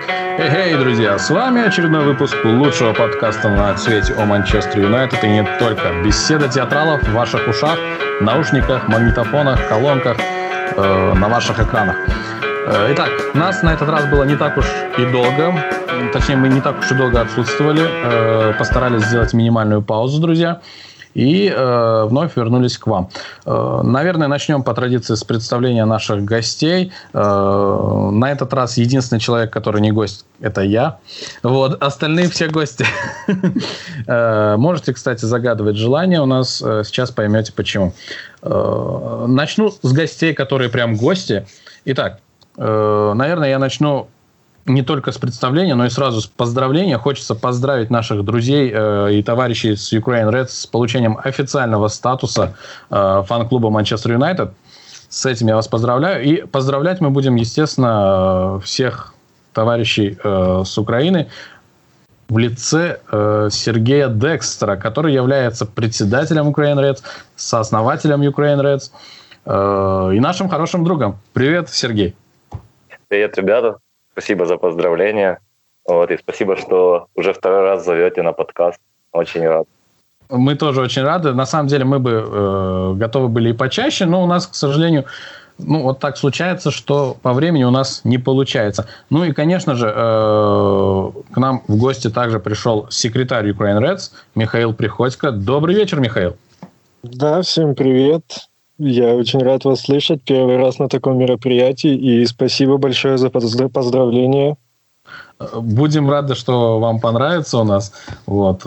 Эй, друзья, с вами очередной выпуск лучшего подкаста на свете о Манчестер Юнайтед. И не только. Беседа театралов в ваших ушах, наушниках, магнитофонах, колонках, на ваших экранах. Итак, нас на этот раз было не так уж и долго. Точнее, мы не так уж и долго отсутствовали. Постарались сделать минимальную паузу, друзья. И вновь вернулись к вам. Наверное, начнем по традиции с представления наших гостей. На этот раз единственный человек, который не гость, это я. Вот. Остальные все гости. Можете, кстати, загадывать желание. У нас сейчас поймете, почему. Начну с гостей, которые прям гости. Итак, наверное, я начну не только с представления, но и сразу с поздравления. Хочется поздравить наших друзей и товарищей с Ukraine Reds с получением официального статуса фан-клуба Манчестер Юнайтед. С этим я вас поздравляю. И поздравлять мы будем, естественно, всех товарищей с Украины в лице Сергея Декстера, который является председателем Ukraine Reds, сооснователем Ukraine Reds и нашим хорошим другом. Привет, Сергей. Привет, ребята. Спасибо за поздравления. И спасибо, что уже второй раз зовете на подкаст. Очень рад. Мы тоже очень рады. На самом деле мы бы готовы были и почаще, но у нас, к сожалению, вот так случается, что по времени у нас не получается. Ну и, конечно же, к нам в гости также пришел секретарь Ukraine Reds Михаил Приходько. Добрый вечер, Михаил. Да, всем привет. Я очень рад вас слышать. Первый раз на таком мероприятии. И спасибо большое за поздравления. Будем рады, что вам понравится у нас. Вот.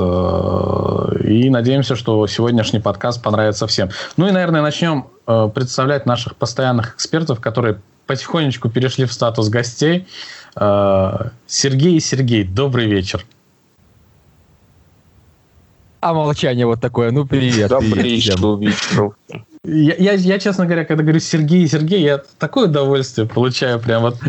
И надеемся, что сегодняшний подкаст понравится всем. Ну и, наверное, начнем представлять наших постоянных экспертов, которые потихонечку перешли в статус гостей. Сергей и Сергей, добрый вечер. А молчание вот такое. Ну, привет. Добрый вечер. Я, честно говоря, когда говорю Сергей, я такое удовольствие получаю прям вот.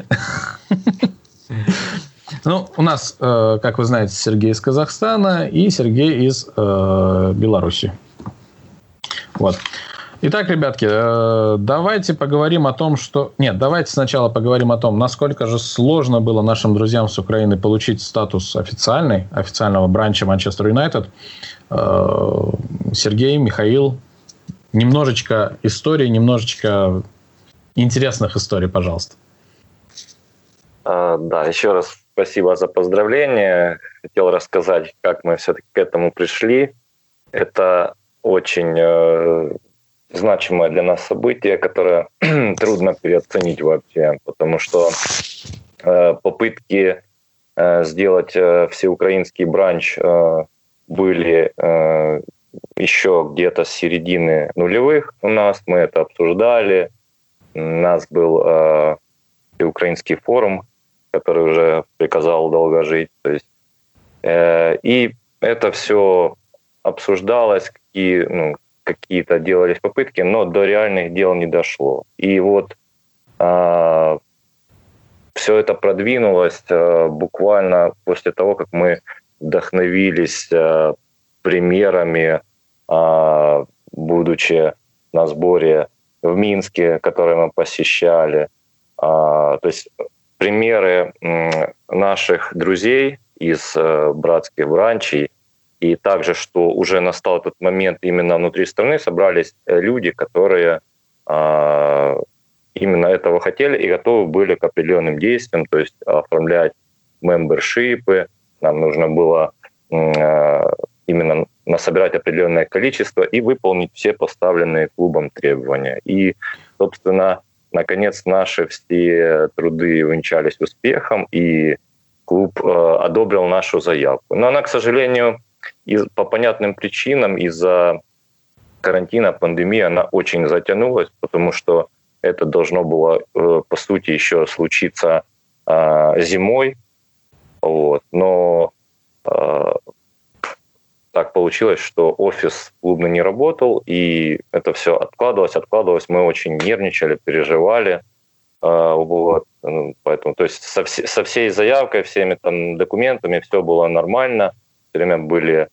Ну, у нас, как вы знаете, Сергей из Казахстана и Сергей из Беларуси. Вот. Итак, ребятки, давайте поговорим о том, что... Нет, давайте сначала поговорим о том, насколько же сложно было нашим друзьям с Украины получить статус официального бранча Манчестер Юнайтед. Сергей, Михаил, немножечко истории, немножечко интересных историй, пожалуйста. Да, еще раз спасибо за поздравления. Хотел рассказать, как мы все-таки к этому пришли. Это очень значимое для нас событие, которое трудно переоценить вообще, потому что попытки сделать всеукраинский бранч были еще где-то с середины нулевых у нас. Мы это обсуждали. У нас был всеукраинский форум, который уже приказал долго жить. То есть, и это все обсуждалось, какие-то делались попытки, но до реальных дел не дошло. И вот все это продвинулось буквально после того, как мы вдохновились примерами, будучи на сборе в Минске, который мы посещали. То есть примеры наших друзей из братских бранчей, и также, что уже настал этот момент именно внутри страны, собрались люди, которые именно этого хотели и готовы были к определенным действиям, то есть оформлять мембершипы. Нам нужно было именно насобирать определенное количество и выполнить все поставленные клубом требования. И, собственно, наконец наши все труды увенчались успехом, и клуб одобрил нашу заявку. Но она, к сожалению, по понятным причинам, из-за карантина, пандемии, она очень затянулась, потому что это должно было, по сути, еще случиться зимой. Вот. Но так получилось, что офис клубный не работал, и это все откладывалось. Мы очень нервничали, переживали. Вот. Поэтому, то есть со всей заявкой, всеми там документами все было нормально. Все время были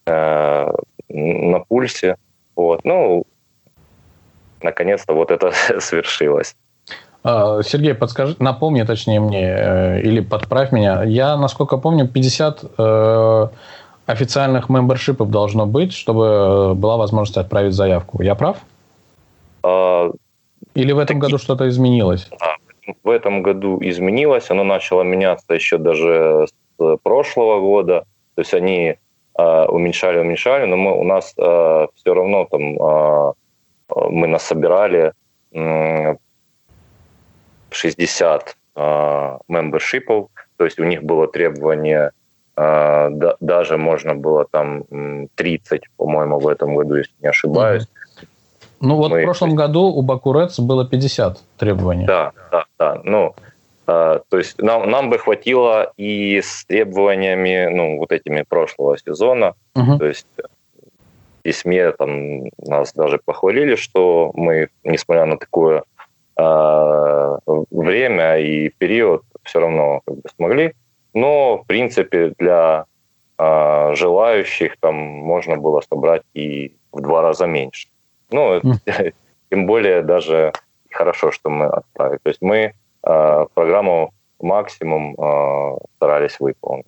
на пульсе. Вот. Ну, наконец-то вот это свершилось. Сергей, подскажи, напомни точнее мне, или подправь меня. Я, насколько помню, 50 официальных мембершипов должно быть, чтобы была возможность отправить заявку. Я прав? Или в этом году что-то изменилось? В этом году изменилось. Оно начало меняться еще даже с прошлого года. То есть они уменьшали, но у нас все равно там мы насобирали 60 мембершипов, то есть у них было требование, даже можно было там 30, по-моему, в этом году, если не ошибаюсь. Ну вот в прошлом году у Баку Рeds было 50 требований. Да. Ну, то есть нам бы хватило и с требованиями, ну, вот этими прошлого сезона. То есть в письме там нас даже похвалили, что мы, несмотря на такое время и период, все равно как бы смогли. Но, в принципе, для желающих там можно было собрать и в 2 раза меньше. Ну, тем более даже хорошо, что мы отправили. То есть мы программу максимум старались выполнить.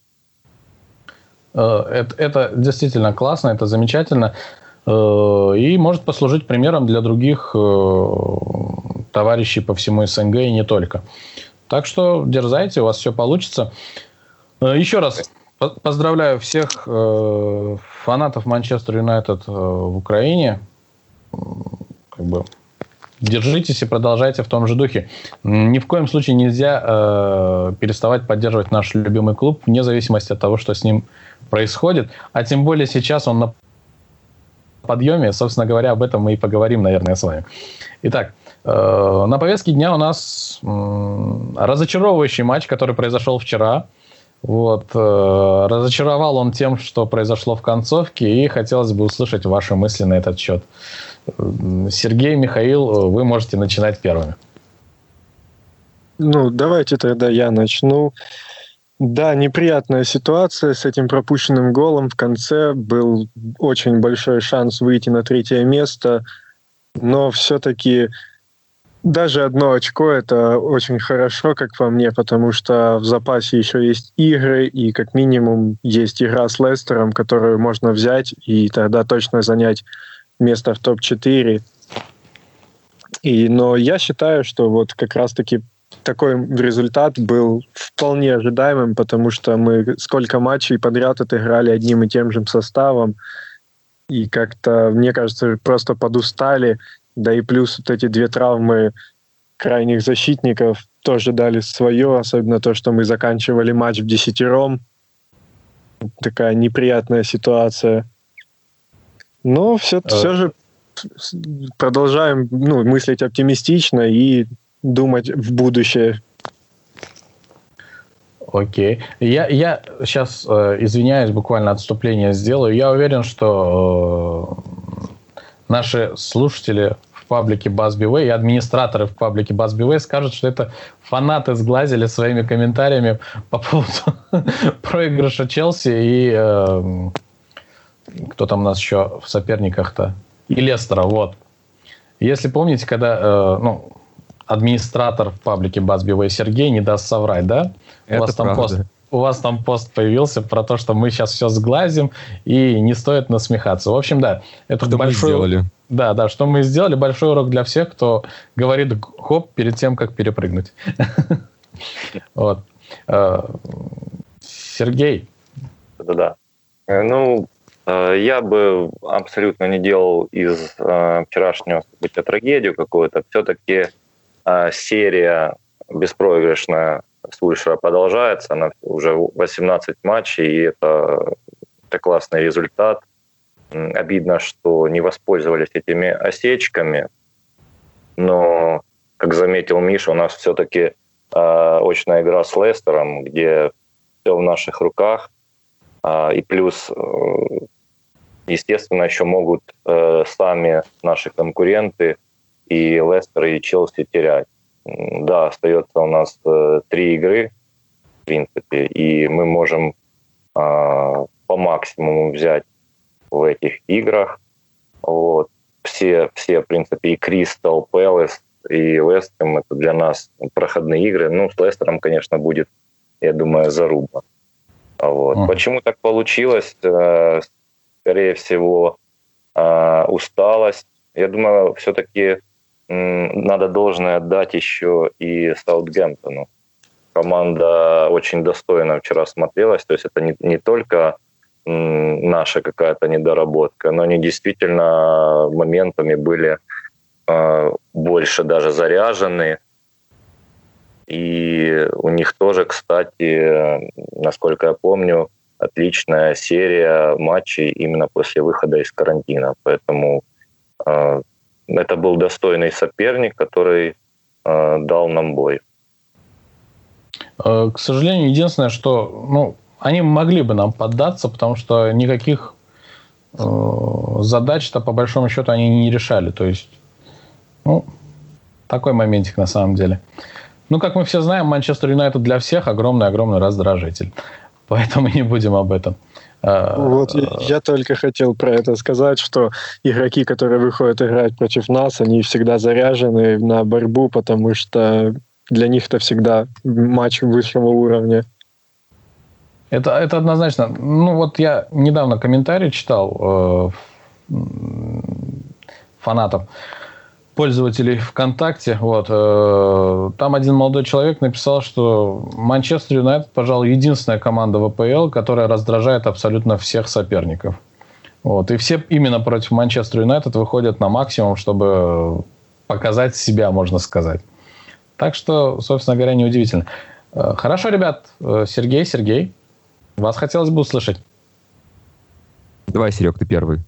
Это действительно классно, это замечательно. И может послужить примером для других товарищей по всему СНГ и не только. Так что дерзайте, у вас все получится. Еще раз поздравляю всех фанатов Манчестер Юнайтед в Украине. Как бы держитесь и продолжайте в том же духе. Ни в коем случае нельзя переставать поддерживать наш любимый клуб, вне зависимости от того, что с ним происходит. А тем более сейчас он на подъеме. Собственно говоря, об этом мы и поговорим, наверное, с вами. Итак, на повестке дня у нас разочаровывающий матч, который произошел вчера. Вот. Разочаровал он тем, что произошло в концовке, и хотелось бы услышать ваши мысли на этот счет. Сергей, Михаил, вы можете начинать первыми. Ну, давайте тогда я начну. Да, неприятная ситуация с этим пропущенным голом в конце. Был очень большой шанс выйти на 3-е место, но все-таки даже 1 очко — это очень хорошо, как по мне, потому что в запасе еще есть игры, и как минимум есть игра с Лестером, которую можно взять и тогда точно занять место в топ-4. Но я считаю, что вот как раз-таки такой результат был вполне ожидаемым, потому что мы сколько матчей подряд отыграли одним и тем же составом, и как-то, мне кажется, просто подустали. Да и плюс вот эти 2 травмы крайних защитников тоже дали свое, особенно то, что мы заканчивали матч в 10-ром. Такая неприятная ситуация. Но все же продолжаем мыслить оптимистично и думать в будущее. Окей. Я сейчас, извиняюсь, буквально отступление сделаю. Я уверен, что наши слушатели в паблике BuzzBeWay и администраторы в паблике BuzzBeWay скажут, что это фанаты сглазили своими комментариями по поводу проигрыша Челси и кто там у нас еще в соперниках-то? И Лестера, вот. Если помните, когда администратор в паблике BuzzBeWay Сергей не даст соврать, да? У вас там пост появился про то, что мы сейчас все сглазим, и не стоит насмехаться. В общем, да, это что большой... мы сделали. Да, что мы сделали. Большой урок для всех, кто говорит хоп перед тем, как перепрыгнуть. Вот. Сергей. Да. Ну, я бы абсолютно не делал из вчерашнего события трагедию какую-то. Все-таки серия беспроигрышная Сульшера продолжается. Она уже 18 матчей, и это классный результат. Обидно, что не воспользовались этими осечками. Но, как заметил Миша, у нас все-таки очная игра с Лестером, где все в наших руках. И плюс, естественно, еще могут сами наши конкуренты и Лестер, и Челси терять. Да, остается у нас 3 игры, в принципе, и мы можем по максимуму взять в этих играх. Вот. Все в принципе, и Кристал Пэлас, и Вест Хэм — это для нас проходные игры. Ну, с Лестером, конечно, будет, я думаю, заруба. Вот. Почему так получилось? Скорее всего, усталость. Я думаю, все-таки надо должное отдать еще и Саутгемптону. Команда очень достойно вчера смотрелась. То есть это не только наша какая-то недоработка, но они действительно моментами были больше даже заряжены. И у них тоже, кстати, насколько я помню, отличная серия матчей именно после выхода из карантина. Поэтому это был достойный соперник, который дал нам бой. К сожалению, единственное, что они могли бы нам поддаться, потому что никаких задач-то по большому счету они не решали. То есть, такой моментик на самом деле. Как мы все знаем, Манчестер Юнайтед для всех огромный-огромный раздражитель. Поэтому не будем об этом. Вот я только хотел про это сказать, что игроки, которые выходят играть против нас, они всегда заряжены на борьбу, потому что для них это всегда матч высшего уровня. Это однозначно. Я недавно комментарий читал фанатов, пользователей ВКонтакте. Там один молодой человек написал, что Манчестер Юнайтед, пожалуй, единственная команда в АПЛ, которая раздражает абсолютно всех соперников. И все именно против Манчестер Юнайтед выходят на максимум, чтобы показать себя, можно сказать. Так что, собственно говоря, неудивительно. Хорошо, ребят. Сергей, вас хотелось бы услышать. Давай, Серег, ты первый.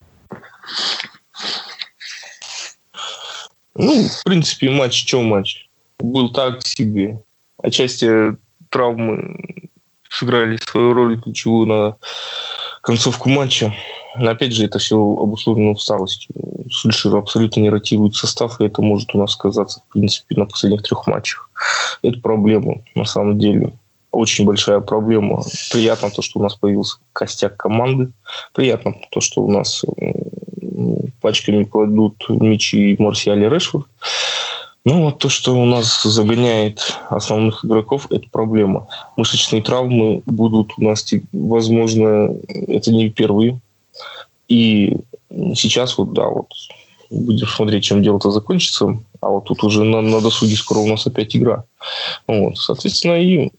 В принципе, матч. Был так себе. Отчасти травмы сыграли свою роль ключевую на концовку матча. Но опять же, это все обусловлено усталостью. Сульшер абсолютно не ротирует состав, и это может у нас сказаться, в принципе, на последних 3 матчах. Это проблема, на самом деле. Очень большая проблема. Приятно то, что у нас появился костяк команды. Приятно то, что у нас пачками кладут мячи Марсиаль и Решфорд. То, что у нас загоняет основных игроков, это проблема. Мышечные травмы будут у нас, возможно, это не впервые. И сейчас будем смотреть, чем дело-то закончится. А тут уже на досуге скоро у нас опять игра. Соответственно, и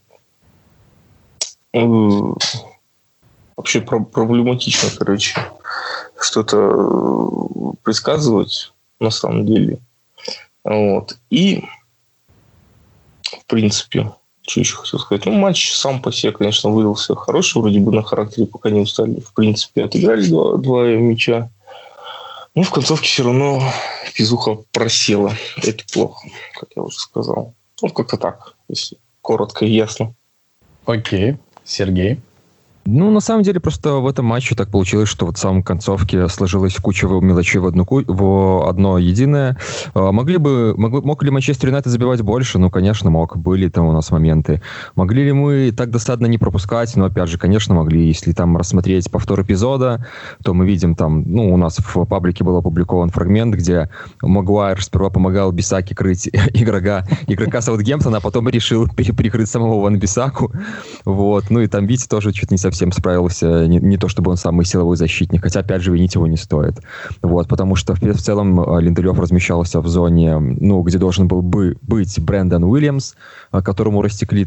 вообще проблематично, что-то предсказывать на самом деле. И, в принципе, что еще хотел сказать? Матч сам по себе, конечно, выдался хороший. Вроде бы на характере пока не устали. В принципе, отыграли два мяча. В концовке все равно физуха просела. Это плохо, как я уже сказал. Как-то так, если коротко и ясно. Окей. Сергей? На самом деле, просто в этом матче так получилось, что в самой концовке сложилась куча мелочей в одно единое. Мог ли Манчестер Юнайтед забивать больше? конечно, мог. Были там у нас моменты. Могли ли мы так досадно не пропускать? Опять же, конечно, могли. Если там рассмотреть повтор эпизода, то мы видим там, у нас в паблике был опубликован фрагмент, где Магуайр сперва помогал Бисаке крыть игрока Саутгемптона, а потом решил прикрыть самого Ван-Бисаку. И там, видите, тоже чуть не совсем справился, не то чтобы он самый силовой защитник, хотя, опять же, винить его не стоит. Потому что в целом Линделёв размещался в зоне, где должен был бы быть Брэндон Уильямс, которому растекли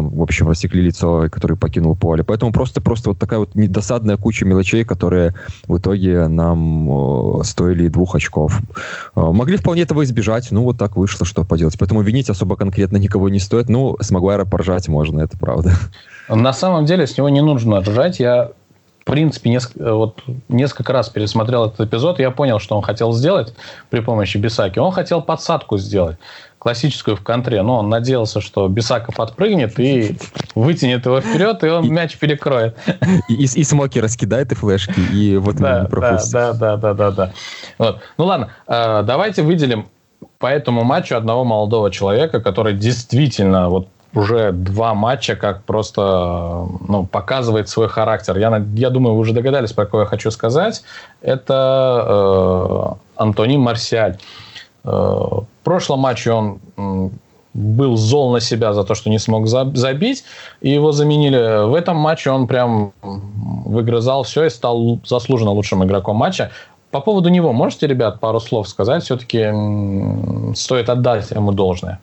лицо, который покинул поле. Поэтому просто такая досадная куча мелочей, которые в итоге нам стоили 2 очков. Могли вполне этого избежать, так вышло, что поделать. Поэтому винить особо конкретно никого не стоит. С Магуайра поржать можно, это правда. На самом деле с него не нужно ржать. Я, в принципе, несколько раз пересмотрел этот эпизод, и я понял, что он хотел сделать при помощи Бисаки. Он хотел подсадку сделать, классическую в контре. Но он надеялся, что Бисака подпрыгнет и вытянет его вперед, и он мяч перекроет. И смоки раскидает, и флешки, и не пропустит. Да. Ладно, давайте выделим по этому матчу одного молодого человека, который действительно уже 2 матча как просто показывает свой характер. Я думаю, вы уже догадались, про кого я хочу сказать. Это Антони Марсиаль. прошлом матче он был зол на себя за то, что не смог забить, и его заменили. В этом матче он прям выгрызал все и стал заслуженно лучшим игроком матча. По поводу него можете, ребят, пару слов сказать? Все-таки стоит отдать ему должное.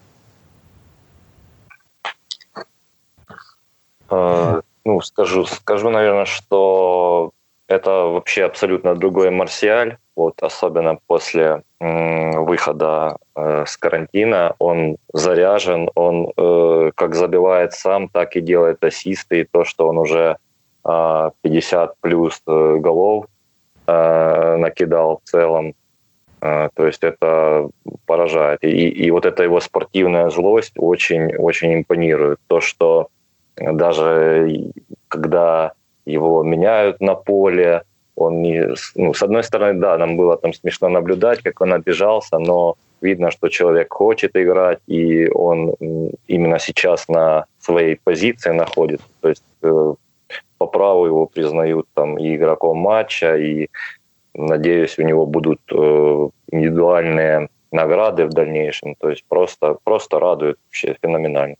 Скажу, наверное, что это вообще абсолютно другой Марсиаль. Вот, особенно после выхода с карантина. Он заряжен, он как забивает сам, так и делает ассисты. И то, что он уже 50 плюс голов накидал в целом. То есть это поражает. И вот эта его спортивная злость очень, очень импонирует. То, что даже когда его меняют на поле, он не... с одной стороны, да, нам было там смешно наблюдать, как он обижался, но видно, что человек хочет играть, и он именно сейчас на своей позиции находится. То есть по праву его признают там и игроком матча, и, надеюсь, у него будут индивидуальные награды в дальнейшем. То есть просто радует вообще феноменально.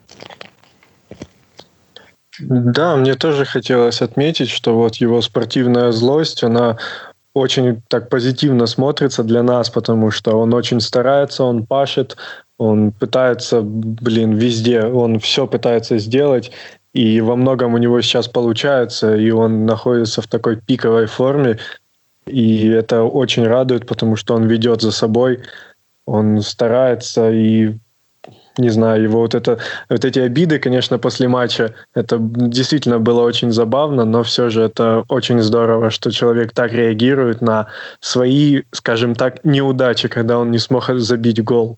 Да, мне тоже хотелось отметить, что вот его спортивная злость, она очень так позитивно смотрится для нас, потому что он очень старается, он пашет, он пытается, везде, он все пытается сделать, и во многом у него сейчас получается, и он находится в такой пиковой форме, и это очень радует, потому что он ведет за собой, он старается, и не знаю, его вот эти обиды, конечно, после матча, это действительно было очень забавно, но все же это очень здорово, что человек так реагирует на свои, скажем так, неудачи, когда он не смог забить гол.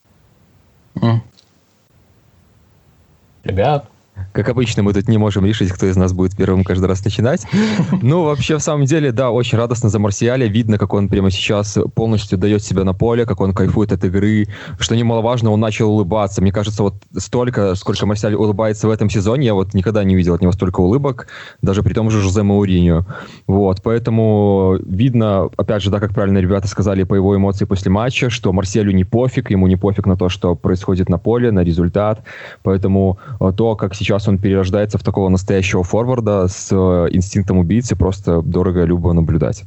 Ребят. Как обычно, мы тут не можем решить, кто из нас будет первым каждый раз начинать. Ну, вообще, в самом деле, да, очень радостно за Марсиаля. Видно, как он прямо сейчас полностью дает себя на поле, как он кайфует от игры. Что немаловажно, он начал улыбаться. Мне кажется, вот столько, сколько Марсиаль улыбается в этом сезоне, я вот никогда не видел от него столько улыбок, даже при том же Жозе Мауриньо. Вот, поэтому видно, опять же, да, как правильно ребята сказали по его эмоции после матча, что Марсиалю не пофиг, ему не пофиг на то, что происходит на поле, на результат. Поэтому то, как сейчас он перерождается в такого настоящего форварда с инстинктом убийцы, просто дорого-любо наблюдать.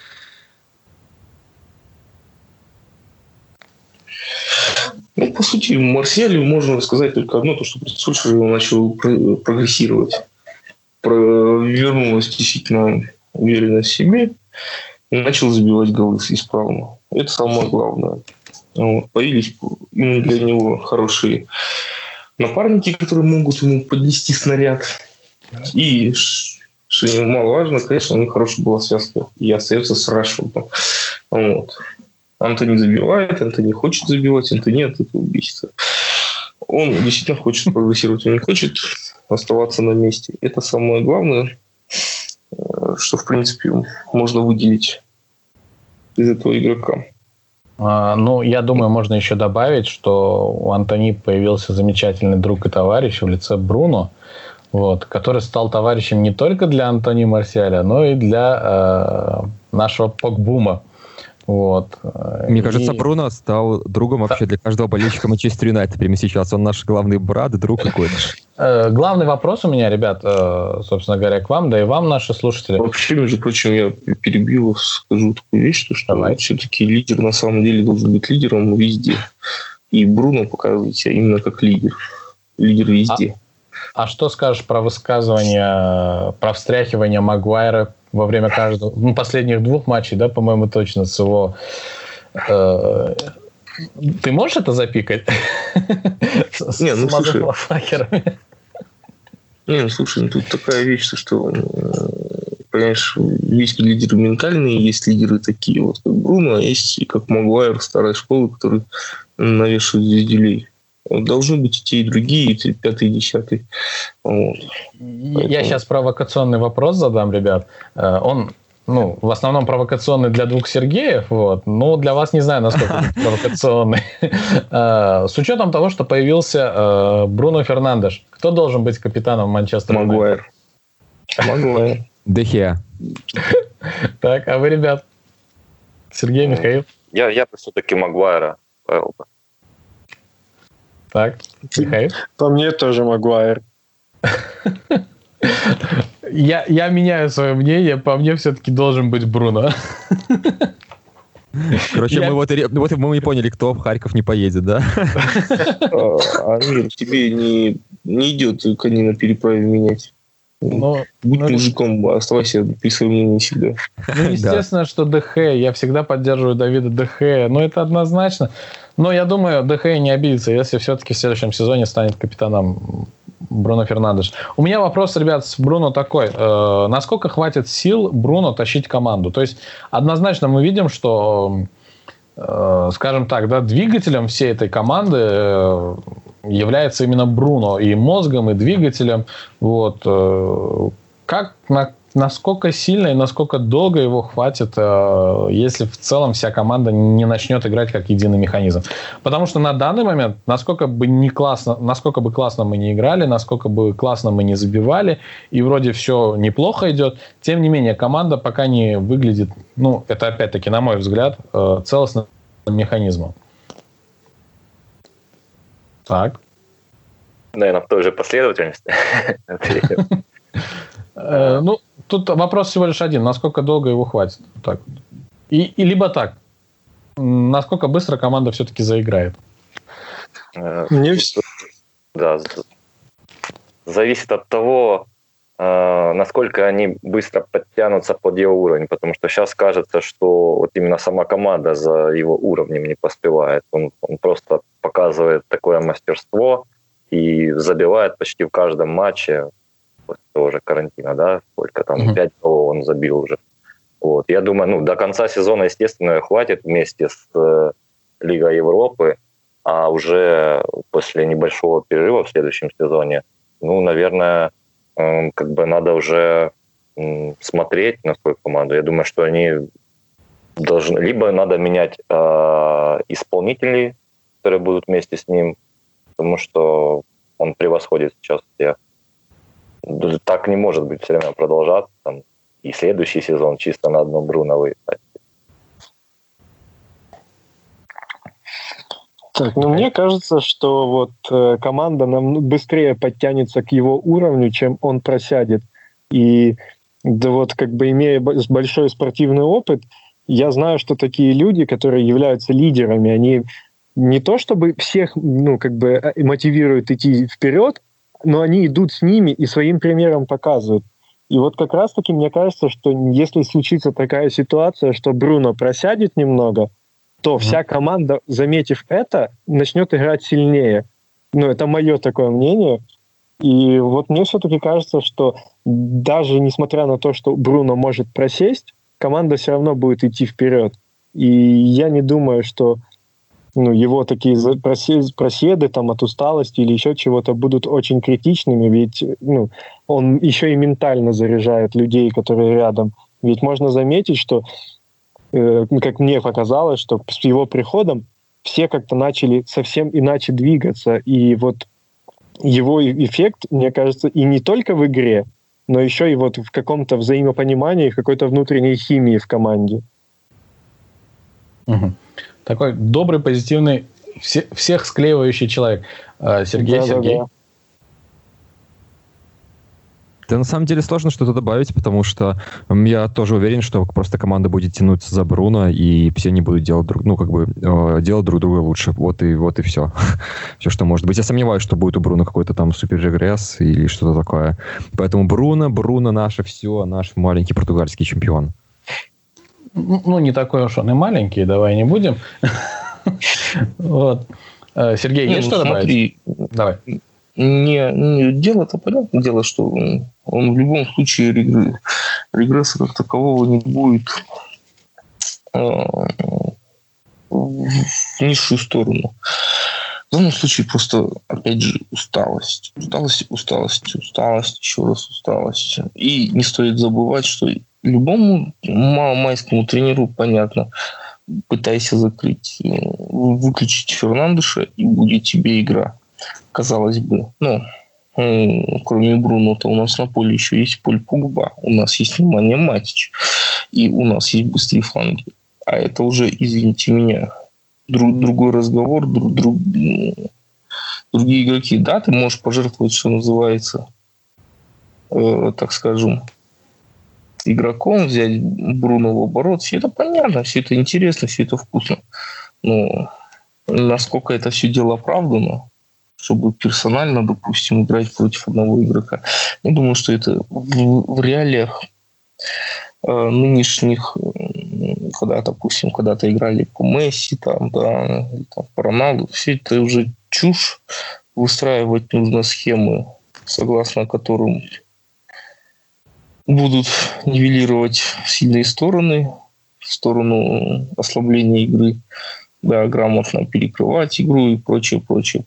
Ну, по сути, Марсиалю можно сказать только одно, то, что при Сульшере он начал прогрессировать. Вернулась действительно уверенность в себе и начал забивать голы исправно. Это самое главное. Вот. Появились именно для него хорошие напарники, которые могут ему поднести снаряд. И, что немаловажно, конечно, у них хорошая была связка и остается с Рашфордом. Вот. Антони забивает, Антони хочет забивать, Антони от этого бесится. Он действительно хочет прогрессировать, он не хочет оставаться на месте. Это самое главное, что, в принципе, можно выделить из этого игрока. Ну, я думаю, можно еще добавить, что у Антони появился замечательный друг и товарищ в лице Бруно, вот, который стал товарищем не только для Антони Марсиаля, но и для нашего Погбума. Вот. Мне кажется, Бруно стал другом вообще для каждого болельщика Манчестер Юнайтед прямо сейчас. Он наш главный брат, друг какой-то. Главный вопрос у меня, ребят, собственно говоря, к вам, да и вам, наши слушатели. Вообще, между прочим, я перебил, скажу такую вещь, что все-таки лидер на самом деле должен быть лидером везде. И Бруно показывает себя именно как лидер. Лидер везде. А что скажешь про высказывание, про встряхивание Магуайра во время каждого, последних двух матчей, да, по-моему, точно с его... Ты можешь это запикать? Не, ну слушай, тут такая вещь, что, понимаешь, есть лидеры ментальные, есть лидеры такие, вот как Бруно, а есть и как Магуайр старой школы, которые навешивают звезделей. Должны быть и те, и другие, и те, пятый, и десятый. Вот. Я сейчас провокационный вопрос задам, ребят. Он, в основном провокационный для двух Сергеев, вот, но для вас не знаю, насколько провокационный. С учетом того, что появился Бруно Фернандеш, кто должен быть капитаном Манчестер Юнайтед? Магуайр. Де Хеа. Так, а вы, ребят? Сергей, Михаил? Я все-таки Магуайра поставил бы. Так, Михаил? По мне тоже Магуайр. Я меняю свое мнение, по мне все-таки должен быть Бруно. Короче, мы не поняли, кто в Харьков не поедет, да? Амир, тебе не идет коней на переправе менять. Будь мужиком, оставайся при своем мнении всегда. Ну, естественно, что ДХ, я всегда поддерживаю Давида ДХ, но это однозначно. Но я думаю, ДХ не обидится, если все-таки в следующем сезоне станет капитаном Бруно Фернандеш. У меня вопрос, ребят, с Бруно такой. Насколько хватит сил Бруно тащить команду? То есть однозначно мы видим, что, скажем так, да, двигателем всей этой команды является именно Бруно. И мозгом, и двигателем. Вот. Насколько сильно и насколько долго его хватит, если в целом вся команда не начнет играть как единый механизм? Потому что на данный момент, насколько бы классно мы не играли, насколько бы классно мы не забивали, и вроде все неплохо идет, тем не менее команда пока не выглядит, ну, это опять-таки, на мой взгляд, целостным механизмом. Так. Наверное, в той же последовательности. Ну, тут вопрос всего лишь один. Насколько долго его хватит? Так. И либо так. Насколько быстро команда все-таки заиграет? Да. Зависит от того, насколько они быстро подтянутся под его уровень. Потому что сейчас кажется, что вот именно сама команда за его уровнем не поспевает. Он просто показывает такое мастерство и забивает почти в каждом матче. Тоже карантина, да, сколько там, 5 голов он забил уже. Вот. Я думаю, до конца сезона, естественно, хватит вместе с Лигой Европы, а уже после небольшого перерыва в следующем сезоне, наверное, надо уже смотреть на свою команду. Я думаю, что они должны... Либо надо менять исполнителей, которые будут вместе с ним, потому что он превосходит сейчас всех. Так не может быть все время продолжаться. Там, и следующий сезон чисто на одном Бруно выиграть. Так, мне кажется, что вот команда быстрее подтянется к его уровню, чем он просядет. И да вот имея большой спортивный опыт, я знаю, что такие люди, которые являются лидерами, они не то чтобы всех мотивируют идти вперед, но они идут с ними и своим примером показывают. И вот как раз-таки мне кажется, что если случится такая ситуация, что Бруно просядет немного, то вся команда, заметив это, начнет играть сильнее. Это мое такое мнение. И вот мне все-таки кажется, что даже несмотря на то, что Бруно может просесть, команда все равно будет идти вперед. И я не думаю, что его такие проседы там, от усталости или еще чего-то будут очень критичными, ведь он еще и ментально заряжает людей, которые рядом. Ведь можно заметить, что, как мне показалось, что с его приходом все как-то начали совсем иначе двигаться. И вот его эффект, мне кажется, и не только в игре, но еще и вот в каком-то взаимопонимании, в какой-то внутренней химии в команде. Угу. Такой добрый, позитивный, всех склеивающий человек. Сергей. Да, на самом деле сложно что-то добавить, потому что я тоже уверен, что просто команда будет тянуться за Бруно, и все они будут делать делать друг друга лучше. Вот и все. Все, что может быть. Я сомневаюсь, что будет у Бруно какой-то там супер-регресс или что-то такое. Поэтому Бруно наше все, наш маленький португальский чемпион. Не такой уж он и маленький, давай не будем. Вот. Сергей, есть что добавить? Давай. Дело-то понятное дело, что он в любом случае регресса как такового не будет в низшую сторону. В данном случае просто, опять же, усталость, еще раз усталость. И не стоит забывать, что любому маломайскому тренеру понятно, пытайся выключить Фернандеша, и будет тебе игра. Казалось бы. Кроме Бруно-то у нас на поле еще есть Поль Погба, у нас есть Немanja Matic, и у нас есть быстрые фланги. А это уже, извините меня, другой разговор, другие игроки. Да, ты можешь пожертвовать, что называется, так скажем, игроком, взять Бруно в оборот. Все это понятно, все это интересно, все это вкусно. Но насколько это все дело оправдано, чтобы персонально, допустим, играть против одного игрока, я думаю, что это в реалиях нынешних, когда, допустим, когда-то играли по Месси, там, да, там, по Роналду, все это уже чушь. Выстраивать нужно схемы, согласно которым будут нивелировать сильные стороны, в сторону ослабления игры, да, грамотно перекрывать игру и прочее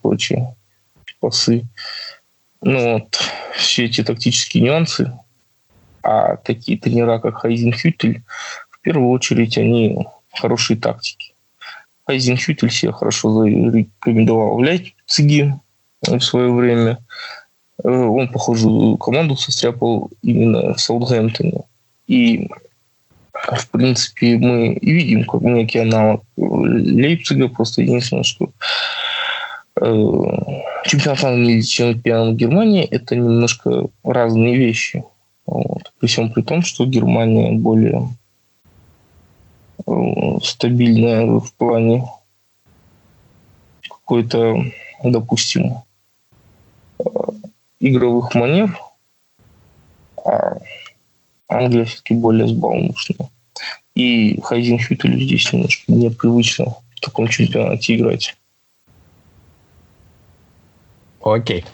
пасы. Ну, вот, все эти тактические нюансы, а такие тренера, как Хайзенхютель, в первую очередь, они хорошие тактики. Хайзенхютель себя хорошо зарекомендовал в Лейпциге в свое время. Он похожую команду состряпал именно в Саутгемптоне. И, в принципе, мы и видим как некий аналог Лейпцига. Просто единственное, что чемпионат Англии и чемпионат Германии – это немножко разные вещи. Вот. При всем при том, что Германия более стабильная в плане какой-то, допустим, игровых манер, а Англия все-таки более взбалмошная. И Хайзенхютелю здесь немножко непривычно в таком чемпионате играть. Окей.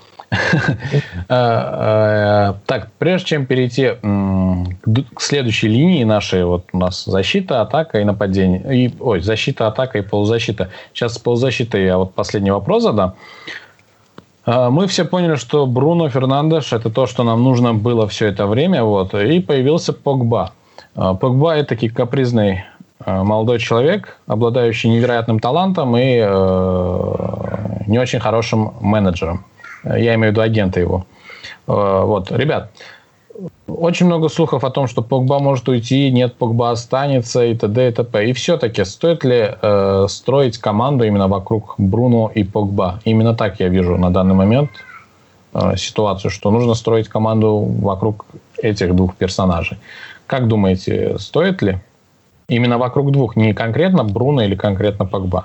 Так, прежде чем перейти к следующей линии нашей, вот у нас защита, атака и нападение. Защита, атака и полузащита. Сейчас с полузащитой я вот последний вопрос задам. Мы все поняли, что Бруно Фернандеш – это то, что нам нужно было все это время. Вот, и появился Погба. Погба – это таки капризный молодой человек, обладающий невероятным талантом и не очень хорошим менеджером. Я имею в виду агента его. Вот, ребят, очень много слухов о том, что Погба может уйти, нет, Погба останется и т.д. и т.п. И все-таки стоит ли строить команду именно вокруг Бруно и Погба? Именно так я вижу на данный момент ситуацию, что нужно строить команду вокруг этих двух персонажей. Как думаете, стоит ли? Именно вокруг двух, не конкретно Бруно или конкретно Погба?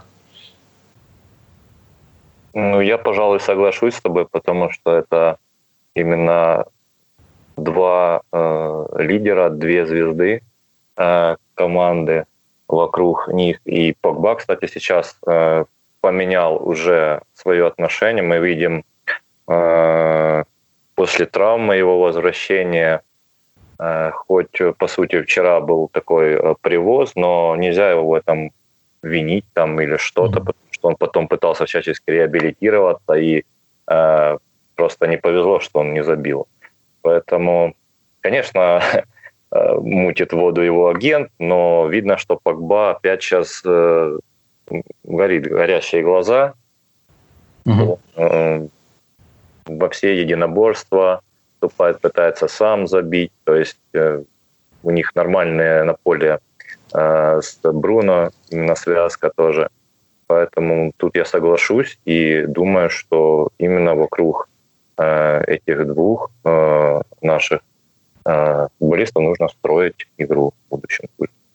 Ну, я, пожалуй, соглашусь с тобой, потому что это именно два лидера, две звезды команды вокруг них. И Погба, кстати, сейчас поменял уже свое отношение. Мы видим после травмы его возвращения, хоть, по сути, вчера был такой привоз, но нельзя его в этом винить там или что-то, потому что он потом пытался всячески реабилитироваться, и просто не повезло, что он не забил. Поэтому, конечно, мутит воду его агент, но видно, что Погба опять сейчас горит горящие глаза во все единоборства, вступает, пытается сам забить. То есть у них нормальная на поле с Бруно именно связка тоже. Поэтому тут я соглашусь и думаю, что именно вокруг этих двух наших футболистов нужно строить игру в будущем.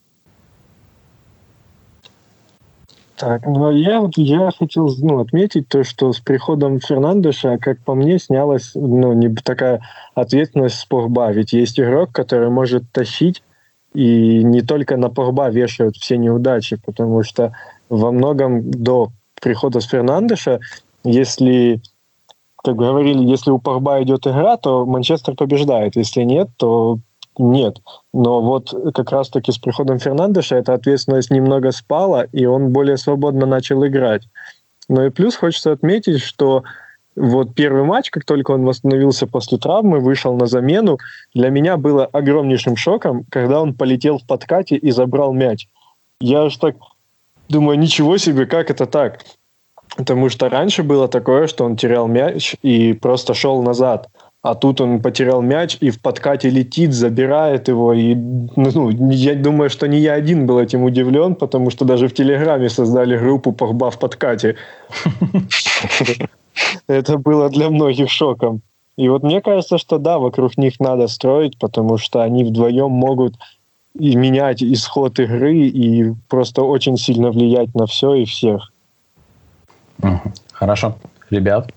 Так, ну я хотел отметить то, что с приходом Фернандеша, как по мне, снялась не такая ответственность с Погба. Ведь есть игрок, который может тащить, и не только на Погба вешают все неудачи, потому что во многом до прихода с Фернандеша, если, как говорили, если у Погба идет игра, то Манчестер побеждает. Если нет, то нет. Но вот как раз-таки с приходом Фернандеша эта ответственность немного спала, и он более свободно начал играть. Ну и плюс хочется отметить, что вот первый матч, как только он восстановился после травмы, вышел на замену, для меня было огромнейшим шоком, когда он полетел в подкате и забрал мяч. Я аж так думаю, ничего себе, как это так? Потому что раньше было такое, что он терял мяч и просто шел назад. А тут он потерял мяч и в подкате летит, забирает его. И, я думаю, что не я один был этим удивлен, потому что даже в Телеграме создали группу «Погба в подкате». Это было для многих шоком. И вот мне кажется, что да, вокруг них надо строить, потому что они вдвоем могут и менять исход игры и просто очень сильно влиять на все и всех. Хорошо. Ребят?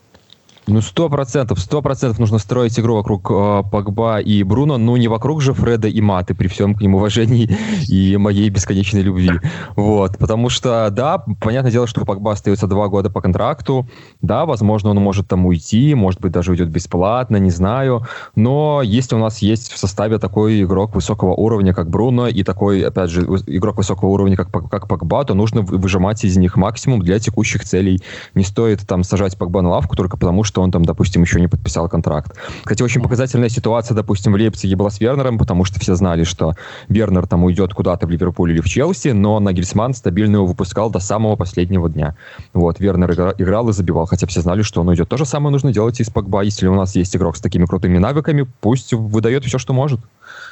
100% нужно строить игру вокруг Погба и Бруно, но не вокруг же Фреда и Маты, при всем к ним уважении и моей бесконечной любви. Вот, потому что, да, понятное дело, что у Погба остается 2 года по контракту, да, возможно, он может там уйти, может быть, даже уйдет бесплатно, не знаю, но если у нас есть в составе такой игрок высокого уровня, как Бруно, и такой, опять же, игрок высокого уровня, как Погба, то нужно выжимать из них максимум для текущих целей. Не стоит там сажать Погба на лавку только потому, что он там, допустим, еще не подписал контракт. Кстати, очень показательная ситуация, допустим, в Лейпциге была с Вернером, потому что все знали, что Вернер там уйдет куда-то в Ливерпуль или в Челси, но Нагельсманн стабильно его выпускал до самого последнего дня. Вот, Вернер играл и забивал, хотя все знали, что он уйдет. То же самое нужно делать и с Погба. Если у нас есть игрок с такими крутыми навыками, пусть выдает все, что может.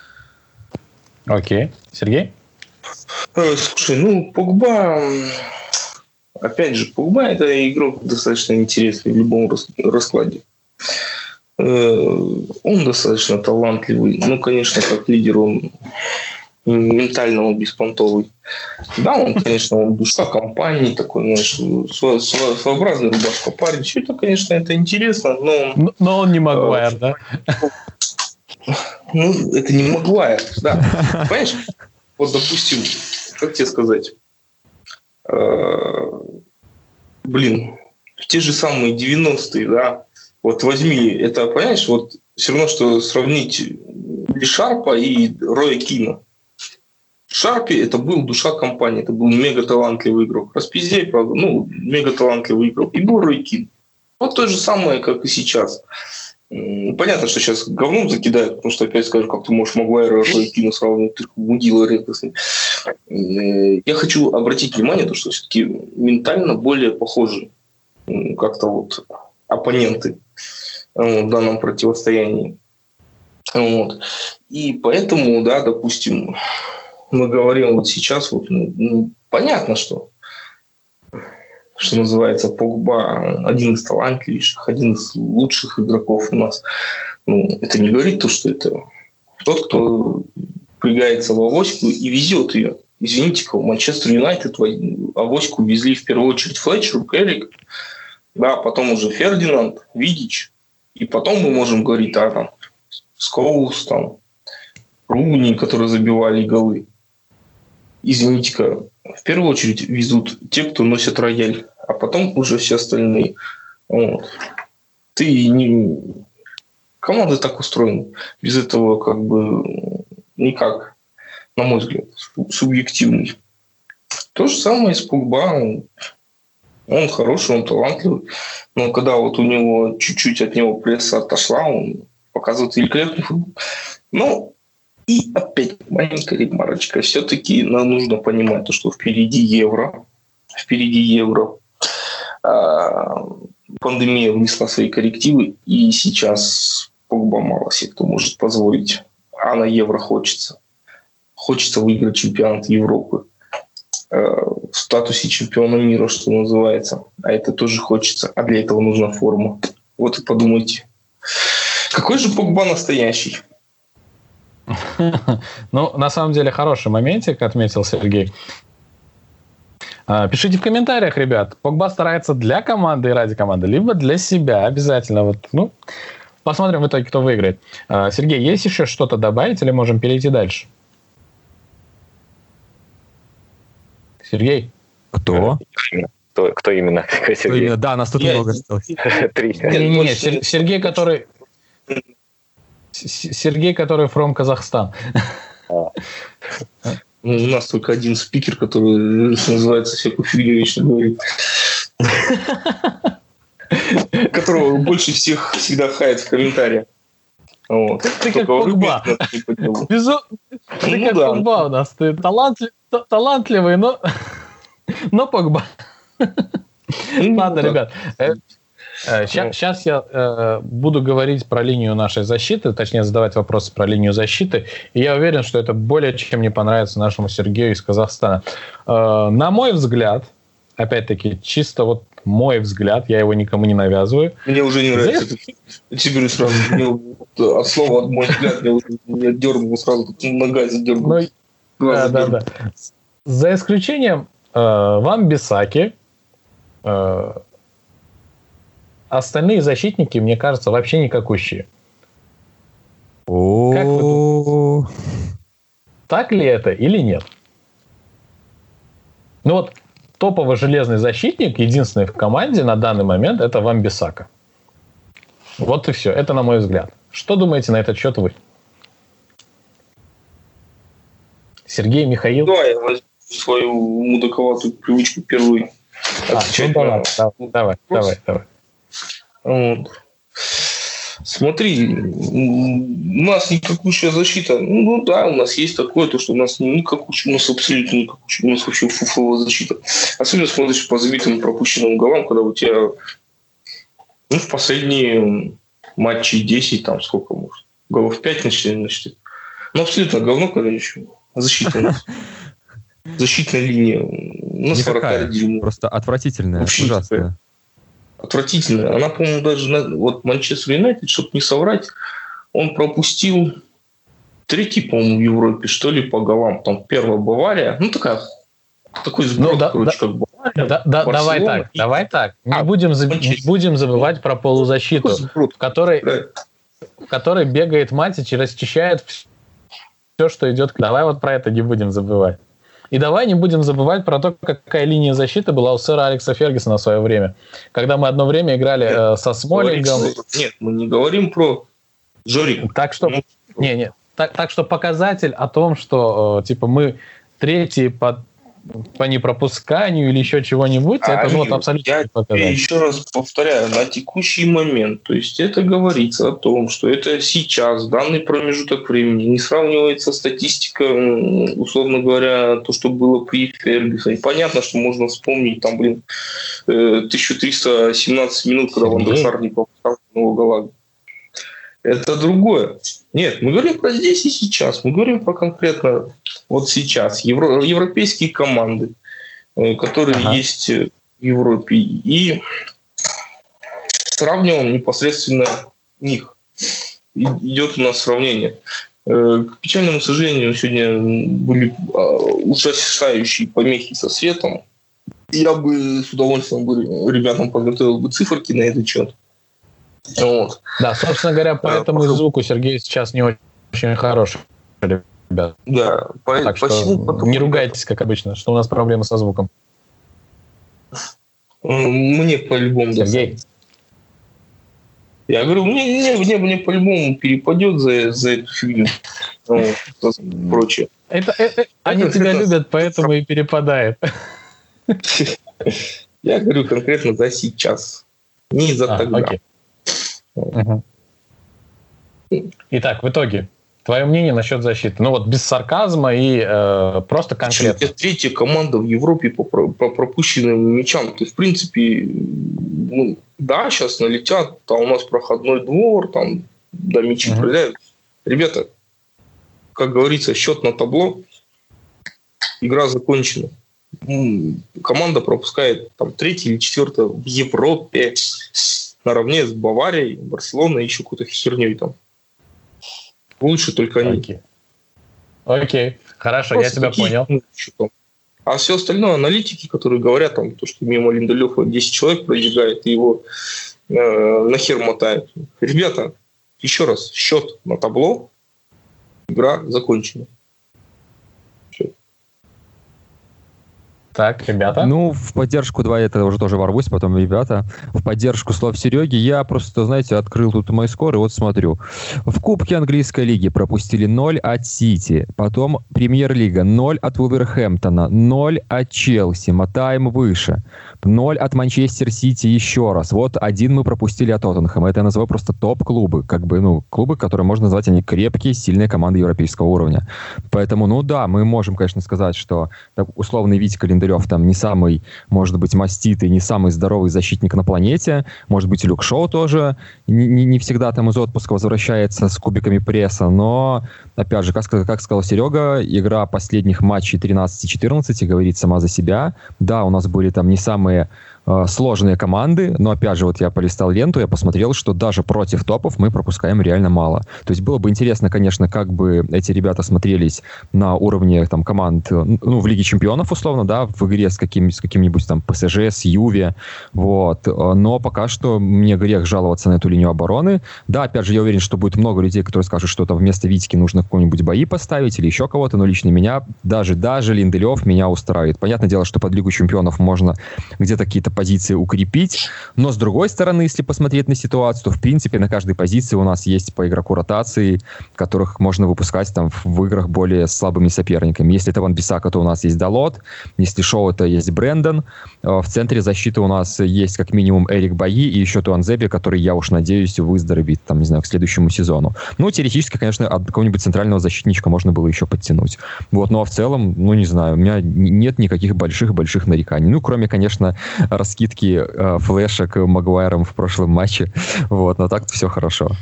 Окей. Сергей? Слушай, Погба... Опять же, Погба – это игрок достаточно интересный в любом раскладе. Он достаточно талантливый. Конечно, как лидер он ментально он беспонтовый. Да, он, конечно, он душа компании, такой, своеобразный рубашка парень. Все это, конечно, это интересно, но... Но он не Магуайр, да? Это не Магуайр, да. Понимаешь? Вот, допустим, как тебе сказать... в те же самые 90-е, да, вот возьми, это, понимаешь, вот все равно, что сравнить Ли Шарпа и Роя Кина. Шарпи это был душа компании, это был мега талантливый игрок. Распиздей, правда, мега талантливый игрок. И был Рой Кин. Вот то же самое, как и сейчас. Понятно, что сейчас говном закидают, потому что опять скажут, как ты можешь Магуайра и Рой Кина сравнивать, ты мудила редкостный. Я хочу обратить внимание, то, что все-таки ментально более похожи как-то вот оппоненты в данном противостоянии. Вот. И поэтому, да, допустим, мы говорим вот сейчас, вот, понятно, что называется, Погба один из талантливейших, один из лучших игроков у нас. Это не говорит то, что это тот, кто впрягается в авоську и везет ее. Извините-ка, в Манчестер Юнайтед авоську везли в первую очередь Флетчер, Керрик, да, потом уже Фердинанд, Видич, и потом мы можем говорить, там, Скоулс, там, Руни, которые забивали голы. Извините-ка, в первую очередь везут те, кто носит рояль, а потом уже все остальные. Вот. Команда так устроена. Без этого как бы никак, на мой взгляд, субъективный. То же самое с Погба. Он хороший, он талантливый. Но когда вот у него чуть-чуть от него пресса отошла, он показывает великолепный футбол. Но и опять маленькая ремарочка. Все-таки нам нужно понимать, что впереди Евро. Пандемия внесла свои коррективы, и сейчас Погба мало себе кто может позволить. А на Евро хочется. Хочется выиграть чемпионат Европы. В статусе чемпиона мира, что называется. А это тоже хочется. А для этого нужна форма. Вот и подумайте. Какой же Погба настоящий? На самом деле, хороший моментик, отметил Сергей. Пишите в комментариях, ребят, Погба старается для команды и ради команды, либо для себя обязательно. Посмотрим в итоге, кто выиграет. Сергей, есть еще что-то добавить или можем перейти дальше? Сергей? Кто? Кто именно? Сергей? Да, нас тут много осталось. 3. Не, Сергей, который... Сергей, который from Казахстан. У нас только один спикер, который, что называется, всякую фигню вечно говорит. Которого больше всех всегда хает в комментариях. Вот. Ты как Погба. Ты как Погба у нас. Ты талантливый, но Погба. Ладно, ребят. Сейчас я буду говорить про линию нашей защиты, точнее задавать вопросы про линию защиты, и я уверен, что это более чем не понравится нашему Сергею из Казахстана. На мой взгляд, опять-таки, чисто вот мой взгляд, я его никому не навязываю. Мне уже не нравится. Я тебе говорю сразу, от слова «мой взгляд» я дергнул сразу, нога задергнулась. Да. За исключением Ван-Бисаки, остальные защитники, мне кажется, вообще никакущие. Как вы думаете, так ли это или нет? Ну вот топовый железный защитник, единственный в команде на данный момент, это Ван-Бисака. Вот и все. Это на мой взгляд. Что думаете на этот счет вы? Сергей, Михаил? Да, я возьму свою мудаковатую привычку первую. Давай. Вот. Смотри, у нас никакущая защита. Ну да, у нас есть такое, то, что у нас никакущая, у нас абсолютно никакущая, у нас вообще фуфловая защита. Особенно смотришь по забитым и пропущенным голам, когда у тебя в последние матчи 10, там сколько может, голов 5 начали. Ну абсолютно говно, когда еще защита у нас. Защитная линия. Никакая, просто отвратительная, ужасная. Отвратительная. Она, по-моему, даже вот Манчестер Юнайтед, чтобы не соврать, он пропустил 3-й, по-моему, в Европе, что ли, по голам. Там первая Бавария. Ну, такой сброд, как Бавария. Давай так. Не будем забывать про полузащиту, в которой бегает Матич и расчищает все, что идет. Давай вот про это не будем забывать. И давай не будем забывать про то, какая линия защиты была у сэра Алекса Фергюсона в свое время. Когда мы одно время играли со Смолингом. Нет, мы не говорим про Жорика. Так что, так что показатель о том, что типа мы третьи по непропусканию или еще чего-нибудь, это вот абсолютно я показатель. Я еще раз повторяю, на текущий момент, то есть это говорится о том, что это сейчас, данный промежуток времени, не сравнивается статистика, условно говоря, то, что было при Фергюсоне. Понятно, что можно вспомнить там, 1317 минут, когда Ван дер Сар не попал нового гола. Это другое. Нет, мы говорим про здесь и сейчас. Мы говорим про конкретно вот сейчас. Европейские команды, которые есть в Европе. И сравниваем непосредственно них. Идет у нас сравнение. К печальному сожалению, сегодня были ужасающие помехи со светом. Я бы с удовольствием ребятам подготовил бы циферки на этот счет. Вот. Да, собственно говоря, поэтому и звук у Сергея сейчас не очень хороший, ребят. Да, так что не ругайтесь, как обычно, что у нас проблемы со звуком. Мне по-любому Сергей. Я говорю, мне по-любому перепадет за эту фигню. Прочее. Они тебя любят, поэтому и перепадает. Я говорю конкретно за сейчас. Не за тогда. Окей. Итак, в итоге, твое мнение насчет защиты? Ну вот без сарказма и просто конкретно. Это третья команда в Европе по пропущенным мячам. Ты, в принципе, да, сейчас налетят, там у нас проходной двор, там до мячи проверяют. Ребята, как говорится, счет на табло, игра закончена. Команда пропускает там 3-я или 4-я в Европе наравне с Баварией, Барселоной и еще какой-то херней там. Лучше только они. Окей. Хорошо, просто я тебя понял. А все остальное, аналитики, которые говорят, там, то, что мимо Линделёфа 10 человек пробегает и его нахер мотают. Ребята, еще раз, счет на табло, игра закончена. Так, ребята. Ну, в поддержку, давай это уже тоже ворвусь, потом, ребята, в поддержку слов Сереги, я просто, знаете, открыл тут мой скор и вот смотрю. В Кубке Английской лиги пропустили 0 от Сити, потом Премьер-лига 0 от Вулверхэмптона, 0 от Челси, мотаем выше, 0 от Манчестер Сити еще раз. Вот один мы пропустили от Тоттенхэма. Это я называю просто топ-клубы, как бы, клубы, которые можно назвать, они крепкие, сильные команды европейского уровня. Поэтому, да, мы можем, конечно, сказать, что условный Витя Линделёв Линделёв там не самый, может быть, маститый, не самый здоровый защитник на планете. Может быть, Люк Шоу тоже не всегда там из отпуска возвращается с кубиками пресса. Но, опять же, как сказал Серега, игра последних матчей 13-14 говорит сама за себя. Да, у нас были там не самые сложные команды, но, опять же, вот я полистал ленту, я посмотрел, что даже против топов мы пропускаем реально мало. То есть было бы интересно, конечно, как бы эти ребята смотрелись на уровне там команд, ну, в Лиге Чемпионов, условно, да, в игре с каким-нибудь там ПСЖ, с Юве, вот. Но пока что мне грех жаловаться на эту линию обороны. Да, опять же, я уверен, что будет много людей, которые скажут, что там вместо Витьки нужно какой-нибудь бои поставить или еще кого-то, но лично меня, даже Линделёв меня устраивает. Понятное дело, что под Лигу Чемпионов можно где-то какие-то позиции укрепить, но с другой стороны, если посмотреть на ситуацию, то в принципе на каждой позиции у нас есть по игроку ротации, которых можно выпускать там в играх более слабыми соперниками. Если это Ван-Бисака, то у нас есть Далот, если Шоу, то есть Брэндон. В центре защиты у нас есть как минимум Эрик Баи и еще Туанзеби, который, я уж надеюсь, выздоровеет там, не знаю, к следующему сезону. Ну, теоретически, конечно, от какого-нибудь центрального защитничка можно было еще подтянуть. Вот, ну а в целом, ну, не знаю, у меня нет никаких больших нареканий. Ну, кроме, конечно, раскидки флешек Магуайром в прошлом матче. Вот, но так-то все хорошо.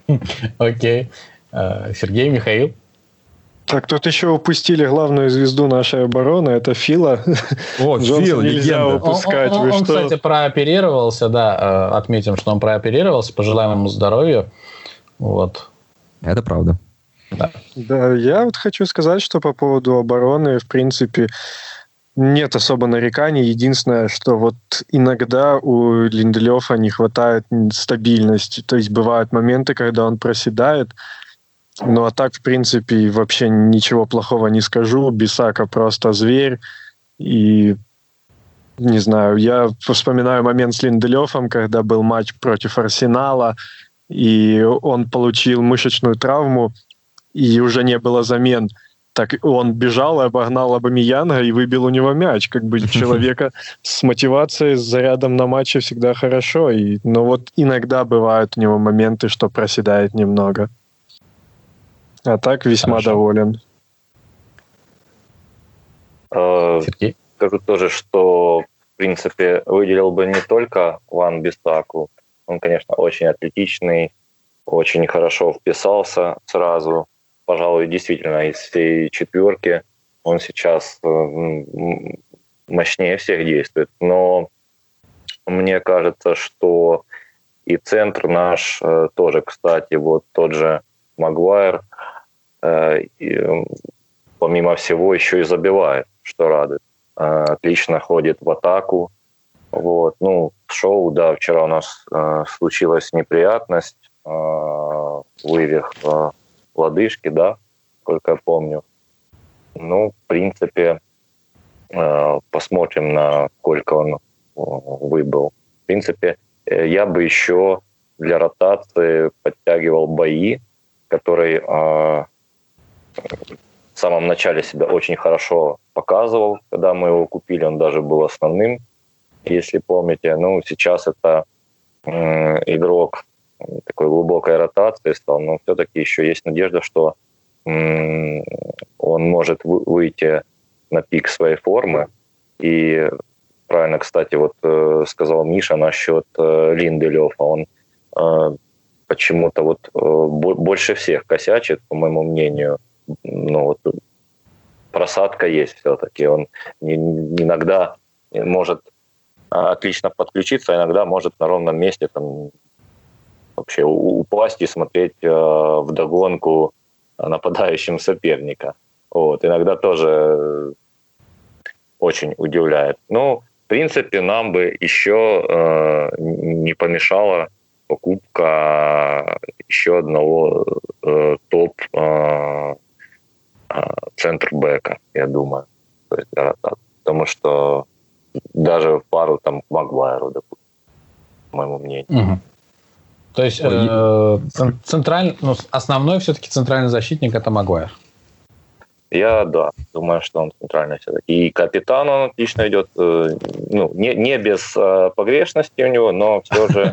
Окей. Сергей, Михаил? Так, тут еще упустили главную звезду нашей обороны, это Фила. О, Фил, нельзя легенда. упускать. Он, кстати, прооперировался, да, отметим, что он прооперировался, пожелаем ему здоровья. Вот. Это правда. Да, я вот хочу сказать, что по поводу обороны, в принципе, нет особо нареканий. Единственное, что вот иногда у Линделёва не хватает стабильности. То есть бывают моменты, когда он проседает. Ну, а так, в принципе, вообще ничего плохого не скажу. Бисака просто зверь. И, не знаю, я вспоминаю момент с Линделёвом, когда был матч против Арсенала, и он получил мышечную травму, и уже не было замен. Так он бежал и обогнал Абамеянга и выбил у него мяч. Как бы человека с мотивацией, с зарядом на матче всегда хорошо. Но вот иногда бывают у него моменты, что проседает немного. А так весьма доволен. Сергей? Скажу тоже, что, в принципе, выделил бы не только Ван-Бисаку. Он, конечно, очень атлетичный, очень хорошо вписался сразу. Пожалуй, действительно, из всей четверки он сейчас мощнее всех действует. Но мне кажется, что и центр наш тоже, кстати, вот тот же Магуайр, помимо всего, еще и забивает, что радует. Отлично ходит в атаку. Вот. Ну, Шоу, да, вчера у нас случилась неприятность, вывих лодыжки, да, сколько я помню. Ну, в принципе, посмотрим, на сколько он выбыл. В принципе, я бы еще для ротации подтягивал Баи, который в самом начале себя очень хорошо показывал. Когда мы его купили, он даже был основным, если помните. Ну, сейчас это игрок такой глубокой ротации стал, но все-таки еще есть надежда, что он может выйти на пик своей формы. И правильно, кстати, вот сказал Миша насчет Линделёва. Он почему-то вот больше всех косячит, по моему мнению. Ну, вот просадка есть все-таки. Он иногда может отлично подключиться, а иногда может на ровном месте там вообще упасть и смотреть вдогонку нападающим соперника. Вот. Иногда тоже очень удивляет. Ну, в принципе, нам бы еще не помешала покупка еще одного топ центрбэка, я думаю. То есть, потому что даже в пару там к Магуайру, допустим, по моему мнению. Угу. То есть основной все-таки центральный защитник – это Магуайр. Я, да, думаю, что он центральный все-таки. И капитан он отлично идет. Ну, не без погрешности у него, но все же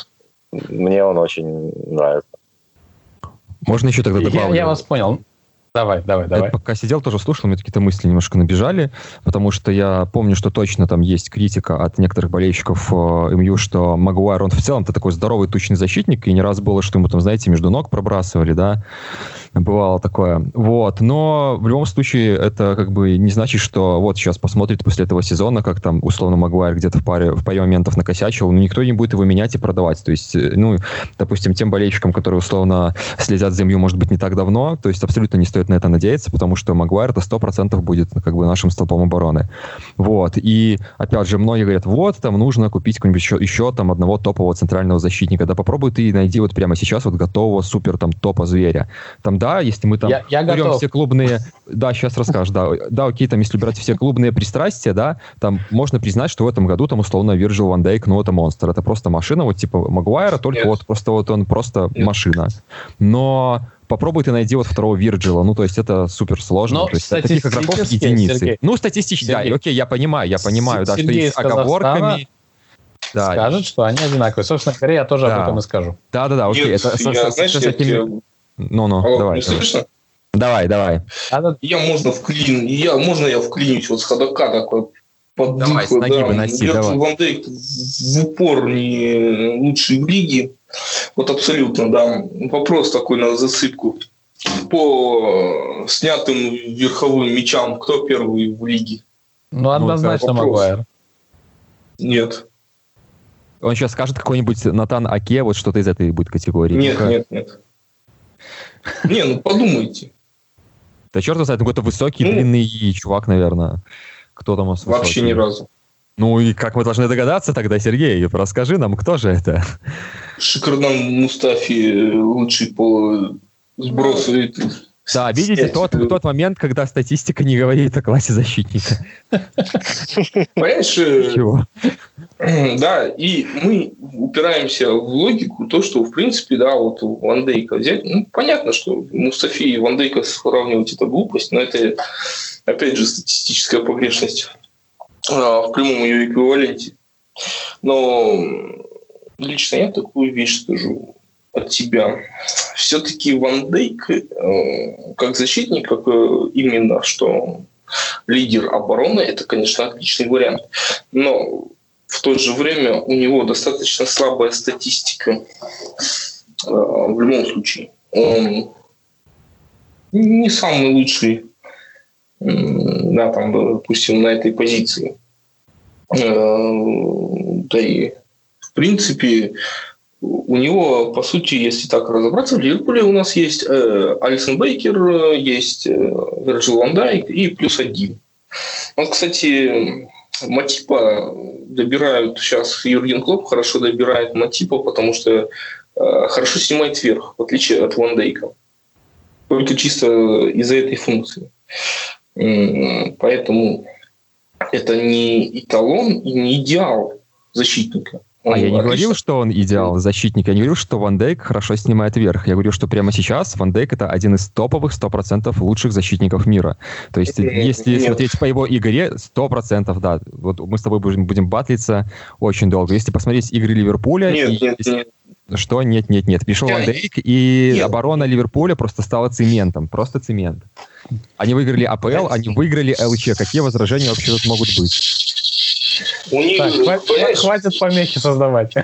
мне он очень нравится. Можно еще тогда добавлю? Я вас понял. Давай. Я пока сидел, тоже слушал, мне какие-то мысли немножко набежали, потому что я помню, что точно там есть критика от некоторых болельщиков МЮ, что Магуайр, он в целом-то такой здоровый, тучный защитник, и не раз было, что ему там, знаете, между ног пробрасывали, да, бывало такое. Вот, но в любом случае это как бы не значит, что вот сейчас посмотрите после этого сезона, как там условно Магуайр где-то в паре моментов накосячил, но никто не будет его менять и продавать. То есть, ну, допустим, тем болельщикам, которые условно следят за МЮ, может быть, не так давно, то есть абсолютно не стоит на это надеяться, потому что Магуайр это 100% будет как бы нашим столпом обороны. Вот. И опять же, многие говорят, вот, там нужно купить какого-нибудь еще там одного топового центрального защитника. Да попробуй ты найди вот прямо сейчас вот готового супер там топа зверя. Там, да, если мы там я берем готов. все клубные... Да, сейчас расскажешь, да, окей, там если брать все клубные пристрастия, да, там можно признать, что в этом году там условно Вирджил Ван Дейк, ну это монстр, это просто машина, вот типа Магуайра, только вот просто вот он просто машина. Но попробуй ты найди вот второго Вирджила, ну, то есть это супер сложно. Но то есть таких игроков единицы. Сергей, ну, статистически, да, окей, я понимаю, да, что есть с оговорками. Да, скажет, что они одинаковые. Собственно говоря, я тоже об этом и скажу. Да, окей. Нет, это знаешь, давай. Слышно? Давай. Можно я вклинюсь вот с ходока такой под давай, духу, с ноги выноси, давай. Ван Дейк в упор не лучший в лиге. Вот абсолютно, да. Вопрос такой на засыпку. По снятым верховым мячам, кто первый в лиге? Ну, однозначно Магуайр. Нет. Он сейчас скажет какой-нибудь Натан Аке, вот что-то из этой будет категории. Нет. Не, ну подумайте. Да черт его знает, какой-то высокий, длинный чувак, наверное. Кто там у нас вообще высокий? ни разу. Ну и как мы должны догадаться тогда, Сергей? Расскажи нам, кто же это? Шикардан Мустафи лучший по сбросу. Да, видите, тот момент, когда статистика не говорит о классе защитника. Понимаешь? Чего? Да, и мы упираемся в логику, то, что, в принципе, да, вот Ван Дейка взять, ну, понятно, что Мустафи и Ван Дейка сравнивать это глупость, но это, опять же, статистическая погрешность в прямом ее эквиваленте. Но лично я такую вещь скажу от себя. Все-таки Ван Дейк, как защитник, как именно что лидер обороны, это, конечно, отличный вариант. Но в то же время у него достаточно слабая статистика в любом случае. Он не самый лучший, да, там, допустим, на этой позиции. Да и, в принципе, у него, по сути, если так разобраться, в Ливерпуле у нас есть Алисон Бейкер, есть Вирджил Ван Дайк и плюс один. Вот, кстати, Матипа добирают сейчас, Юрген Клопп хорошо добирает Матипа, потому что хорошо снимает вверх, в отличие от Ван Дейка. Только чисто из-за этой функции. Поэтому это не эталон и не идеал защитника. Я не говорил, что он идеал защитника. Я не говорил, что Ван Дейк хорошо снимает вверх. Я говорю, что прямо сейчас Ван Дейк это один из топовых 100% лучших защитников мира. То есть, если смотреть по его игре, 100%, да. Вот мы с тобой будем батлиться очень долго. Если посмотреть игры Ливерпуля... Нет. Что? Нет. Пришел Ван Дейк, и оборона Ливерпуля просто стала цементом. Просто цемент. Они выиграли АПЛ, они выиграли ЛЧ. Какие возражения вообще тут могут быть? У них, так, хватит помехи создавать.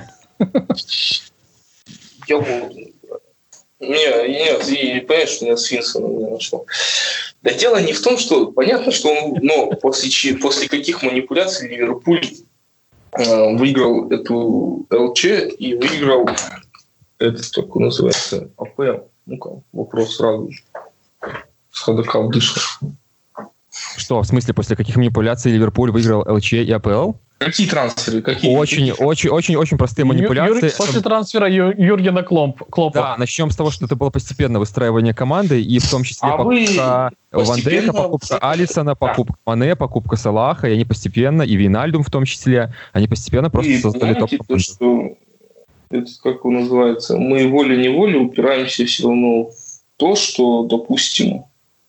Нет, и понимаешь, у меня с Винсоном начал. Да дело не в том, что понятно, что он, но после каких манипуляций Ливерпуль выиграл эту ЛЧ и выиграл этот, как он называется, АПЛ. Ну-ка, вопрос сразу же. С ходока дышит. Что, в смысле, после каких манипуляций Ливерпуль выиграл ЛЧ и АПЛ? Какие трансферы? Очень простые манипуляции. После трансфера Юргена Клоппа. Да, начнем с того, что это было постепенное выстраивание команды, и в том числе покупка Ван Дейка, покупка Алисона, покупка Мане, покупка Салаха, и они постепенно, и Вейнальдум в том числе, они постепенно просто создали топ-команду. Это как он называется? Мы волей-неволей упираемся все равно в то, что, допустим,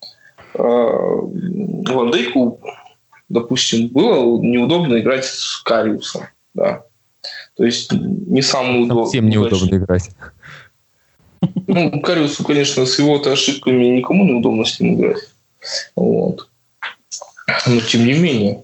Ван Дейку, допустим, было неудобно играть с Кариусом, да. То есть не самый удобный. Совсем неудобно играть. Ну, Кариусу, конечно, с его-то ошибками никому не удобно с ним играть. Вот. Но тем не менее,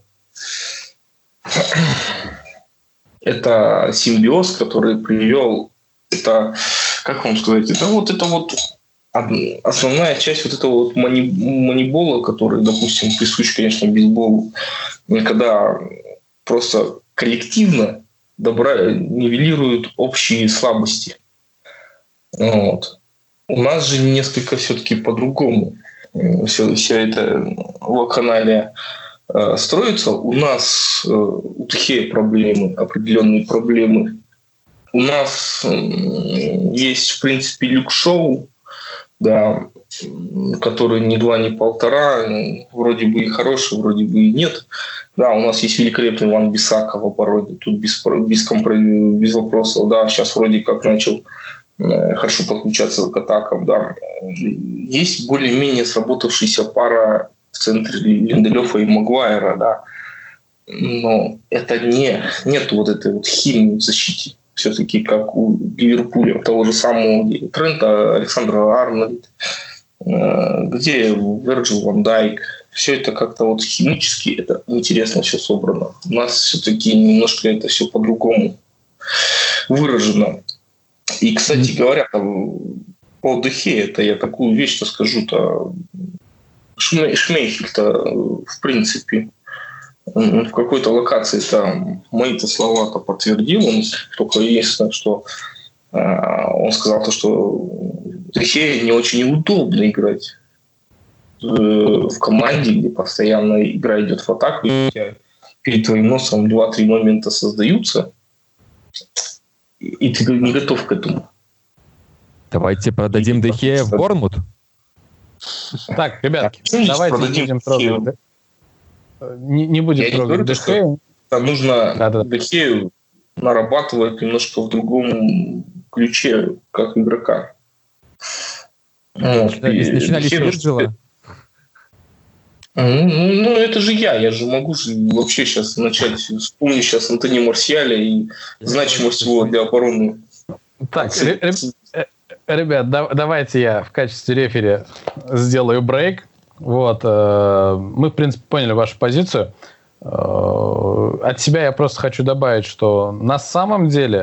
это симбиоз, который привел, это, как вам сказать, это вот основная часть вот этого вот манибола, который, допустим, присущ, конечно, бейсболу, когда просто коллективно нивелируют общие слабости. Вот. У нас же несколько все-таки по-другому вся эта вакханалия строится. У нас у Тхея проблемы, определенные проблемы. У нас есть, в принципе, люк-шоу, да, который ни два, ни полтора, вроде бы и хороший, вроде бы и нет. Да, у нас есть великолепный Ван Бисака в обороне, тут без вопросов. Да, сейчас вроде как начал хорошо подключаться к атакам. Да. Есть более-менее сработавшаяся пара в центре Линделёфа и Магуайра, да. Но это нет вот этой вот химии в защите. Все-таки как у Ливерпуля, того же самого Трента, Александра Арнольд, где Вирджил Ван Дайк. Все это как-то вот химически это интересно все собрано. У нас все-таки немножко это все по-другому выражено. И, кстати говоря, по Дехе, это я такую вещь-то скажу-то, Шмейхель-то, в принципе, в какой-то локации там мои-то слова-то подтвердил. Он только единственное, что он сказал, что Дехе не очень удобно играть в команде, где постоянно игра идет в атаку, и у тебя перед твоим носом 2-3 момента создаются, и ты не готов к этому. Давайте продадим Дехе в Борнмут. Так, ребятки, давайте не будем трогать. Не будем трогать Дехею. Там нужно Дехею нарабатывать немножко в другом ключе, как игрока. Начинали с Вирджила. Ну, это же я же могу вообще сейчас начать вспомнить сейчас Антони Марсиаля и значимость его для обороны. Так, ребят, давайте я в качестве рефери сделаю брейк. Вот, мы, в принципе, поняли вашу позицию. От себя я просто хочу добавить, что на самом деле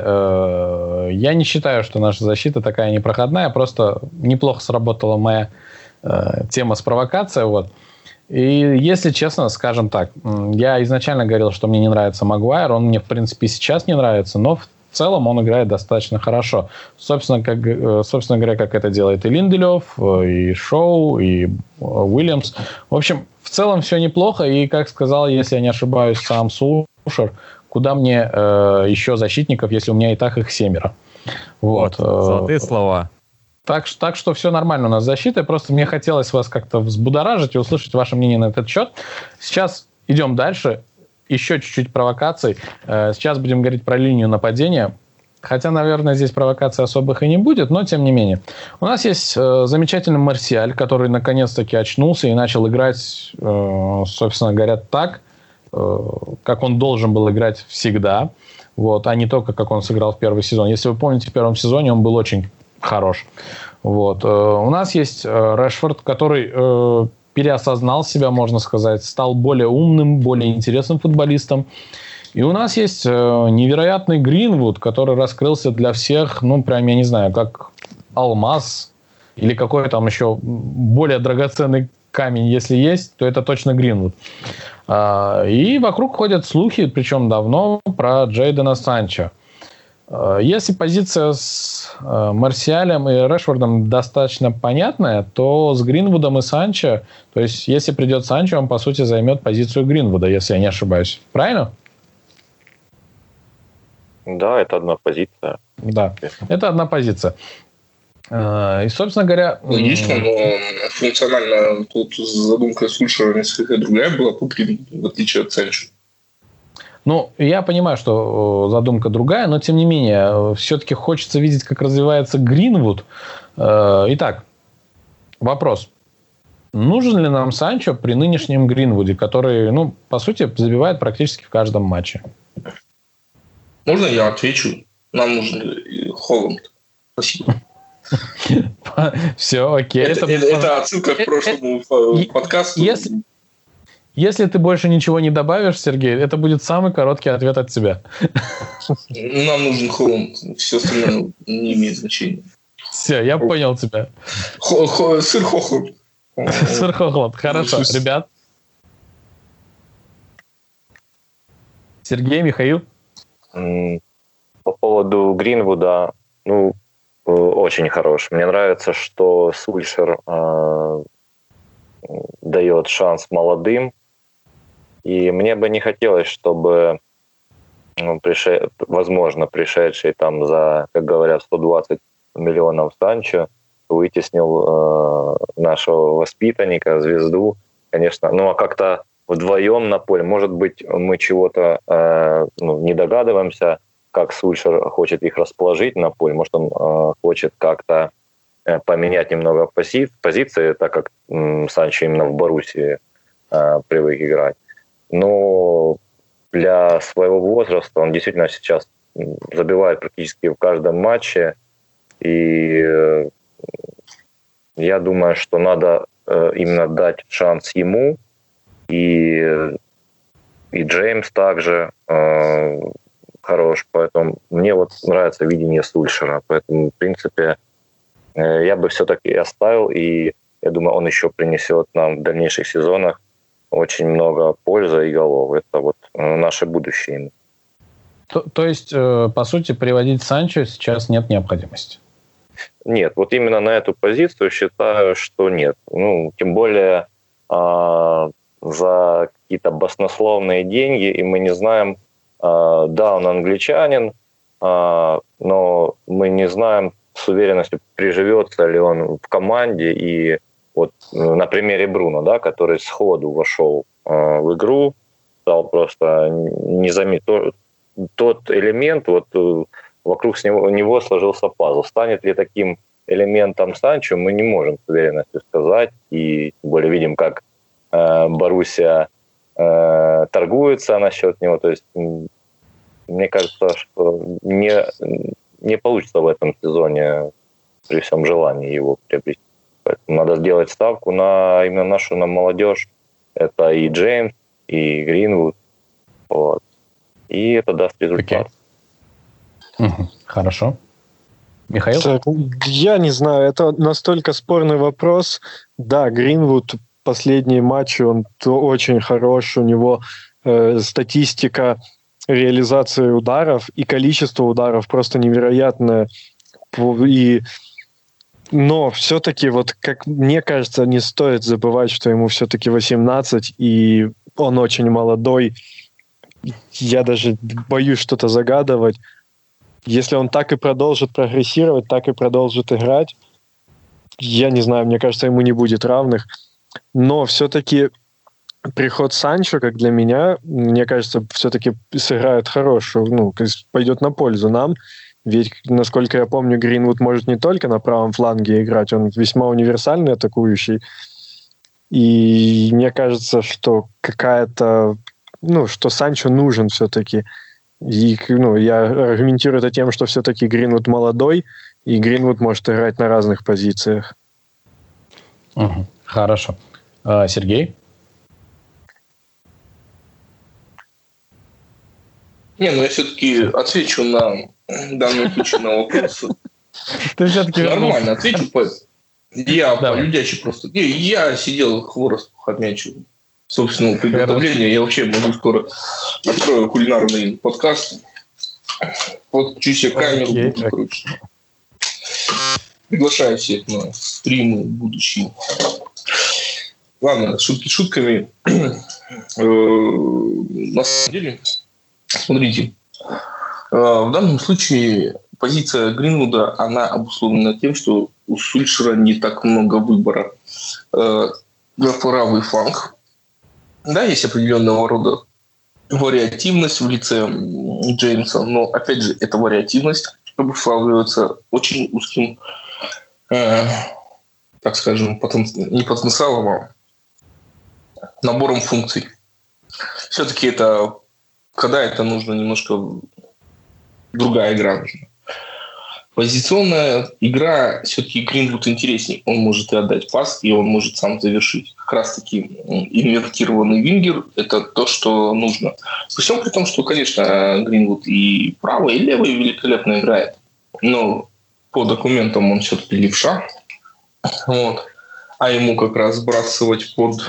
я не считаю, что наша защита такая непроходная, просто неплохо сработала моя тема с провокацией, вот. И если честно, скажем так, я изначально говорил, что мне не нравится Магуайр, он мне, в принципе, сейчас не нравится, но в целом он играет достаточно хорошо. Собственно говоря, как это делает и Линделёв, и Шоу, и Уильямс. В общем, в целом все неплохо, и, как сказал, если я не ошибаюсь, сам Сушер, куда мне еще защитников, если у меня и так их 7. Вот. Золотые слова. Так что все нормально у нас с защитой. Просто мне хотелось вас как-то взбудоражить и услышать ваше мнение на этот счет. Сейчас идем дальше. Еще чуть-чуть провокаций. Сейчас будем говорить про линию нападения. Хотя, наверное, здесь провокаций особых и не будет, но тем не менее. У нас есть замечательный Марсиаль, который наконец-таки очнулся и начал играть, собственно говоря, так, как он должен был играть всегда. Вот, а не только, как он сыграл в первый сезон. Если вы помните, в первом сезоне он был очень хорош. Вот. У нас есть Решфорд, который переосознал себя, можно сказать, стал более умным, более интересным футболистом. И у нас есть невероятный Гринвуд, который раскрылся для всех, ну, прям, я не знаю, как алмаз или какой там еще более драгоценный камень, если есть, то это точно Гринвуд. И вокруг ходят слухи, причем давно, про Джейдена Санчо. Если позиция с Марсиалем и Решфордом достаточно понятная, то с Гринвудом и Санчо, то есть если придет Санчо, он по сути займет позицию Гринвуда, если я не ошибаюсь. Правильно? Да, это одна позиция. Да, это одна позиция. И, собственно говоря... Логично, но функционально тут задумка Сульшера несколько другая была, в отличие от Санчо. Ну, я понимаю, что задумка другая, но, тем не менее, все-таки хочется видеть, как развивается Гринвуд. Итак, вопрос. Нужен ли нам Санчо при нынешнем Гринвуде, который, ну, по сути, забивает практически в каждом матче? Можно я отвечу? Нам нужен Холланд. Спасибо. Все, окей. Это отсылка к прошлому подкасту. Если ты больше ничего не добавишь, Сергей, это будет самый короткий ответ от тебя. Нам нужен Холланд. Все остальное не имеет значения. Все, я понял тебя. Сыр Хохланд. Сыр Хохланд. Хорошо, ребят. Сергей, Михаил? По поводу Гринвуда, очень хорош. Мне нравится, что Сульшер дает шанс молодым. И мне бы не хотелось, чтобы возможно, пришедший там за, как говорят, 120 миллионов Санчо вытеснил нашего воспитанника, звезду. Конечно, а как-то вдвоем на поле. Может быть, мы чего-то не догадываемся, как Сульшер хочет их расположить на поле. Может, он хочет как-то поменять немного позиции, так как Санчо именно в Боруссии привык играть. Но для своего возраста он действительно сейчас забивает практически в каждом матче. И я думаю, что надо именно дать шанс ему. И Джеймс также хорош. Поэтому мне нравится видение Сульшера. Поэтому, в принципе, я бы все-таки оставил. И я думаю, он еще принесет нам в дальнейших сезонах очень много пользы и голов. Это наше будущее. То есть, по сути, приводить Санчо сейчас нет необходимости? Нет, именно на эту позицию считаю, что нет. Тем более за какие-то баснословные деньги, и мы не знаем, да, он англичанин, но мы не знаем с уверенностью, приживется ли он в команде. И на примере Бруно, да, который сходу вошел в игру, стал просто незаметен. Тот элемент, вокруг него сложился пазл. Станет ли таким элементом Санчо, мы не можем с уверенностью сказать. И тем более видим, как Боруссия торгуется насчет него. То есть мне кажется, что не получится в этом сезоне при всем желании его приобрести. Поэтому надо сделать ставку на именно нашу молодежь. Это и Джеймс, и Гринвуд. И это даст результат. Хорошо. Михаил? Я не знаю, это настолько спорный вопрос. Да, Гринвуд последние матчи, он очень хорош. У него статистика реализации ударов и количество ударов просто невероятное. Но все-таки, как мне кажется, не стоит забывать, что ему все-таки 18, и он очень молодой. Я даже боюсь что-то загадывать. Если он так и продолжит прогрессировать, так и продолжит играть, я не знаю, мне кажется, ему не будет равных. Но все-таки приход Санчо, как для меня, мне кажется, все-таки сыграет хорошую, пойдет на пользу нам. Ведь, насколько я помню, Гринвуд может не только на правом фланге играть, он весьма универсальный атакующий. И мне кажется, что что Санчо нужен все-таки. И я аргументирую это тем, что все-таки Гринвуд молодой, и Гринвуд может играть на разных позициях. Хорошо. Сергей? Я все-таки отвечу на данный случай на вопрос. Ты все-таки нормально отвечу. Я по-людячи просто. Я сидел хворост хомячу собственного приготовления. Я вообще могу скоро открою кулинарный подкаст. Подключу себе камеру. Короче. Приглашаю всех на стримы будущие. Ладно, шутки шутками. На самом деле, смотрите, в данном случае позиция Гринвуда, она обусловлена тем, что у Сульшера не так много выбора на правый фланг. Да, есть определенного рода вариативность в лице Джеймса, но, опять же, эта вариативность обуславливается очень узким, так скажем, не потенциалом, а набором функций. Все-таки когда это нужно немножко другая игра нужна. Позиционная игра все-таки Гринвуд интереснее. Он может и отдать пас, и он может сам завершить. Как раз-таки инвертированный вингер – это то, что нужно. При всем при том, что, конечно, Гринвуд и правый, и левый великолепно играет. Но по документам он все-таки левша. Вот. А ему как раз сбрасывать под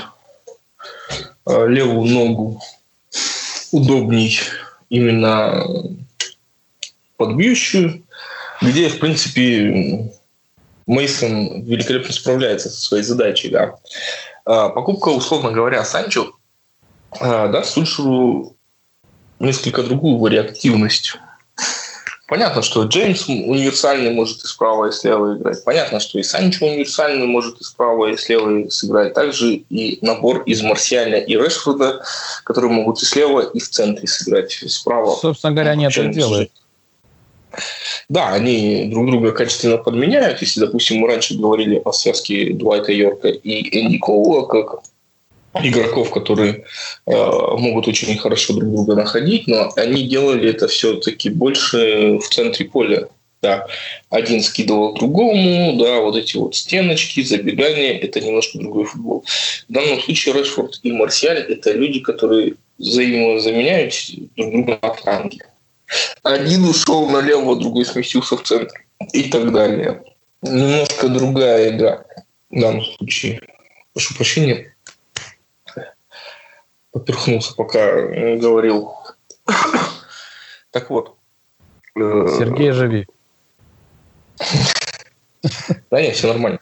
левую ногу удобней именно под бьющую, где, в принципе, Мейсон великолепно справляется со своей задачей. Да. Покупка, условно говоря, Санчо даст Сульшеру несколько другую вариативность. Понятно, что Джеймс универсальный может и справа, и слева играть. Понятно, что и Санчо универсальный может и справа, и слева сыграть. Также и набор из Марсиаля и Решфорда, которые могут и слева, и в центре сыграть. Справа. Собственно говоря, они это и делают. Да, они друг друга качественно подменяют. Если, допустим, мы раньше говорили о связке Дуайта Йорка и Энди Коула как игроков, которые могут очень хорошо друг друга находить, но они делали это все-таки больше в центре поля. Да. Один скидывал другому, да, вот эти вот стеночки, забегания, это немножко другой футбол. В данном случае Решфорд и Марсиаль – это люди, которые взаимозаменяют друг друга на фланге. Один ушел налево, другой сместился в центр и так далее. Немножко другая игра в данном случае. Прошу прощения. Поперхнулся, пока говорил. Так вот. Сергей, живи. Да нет, все нормально.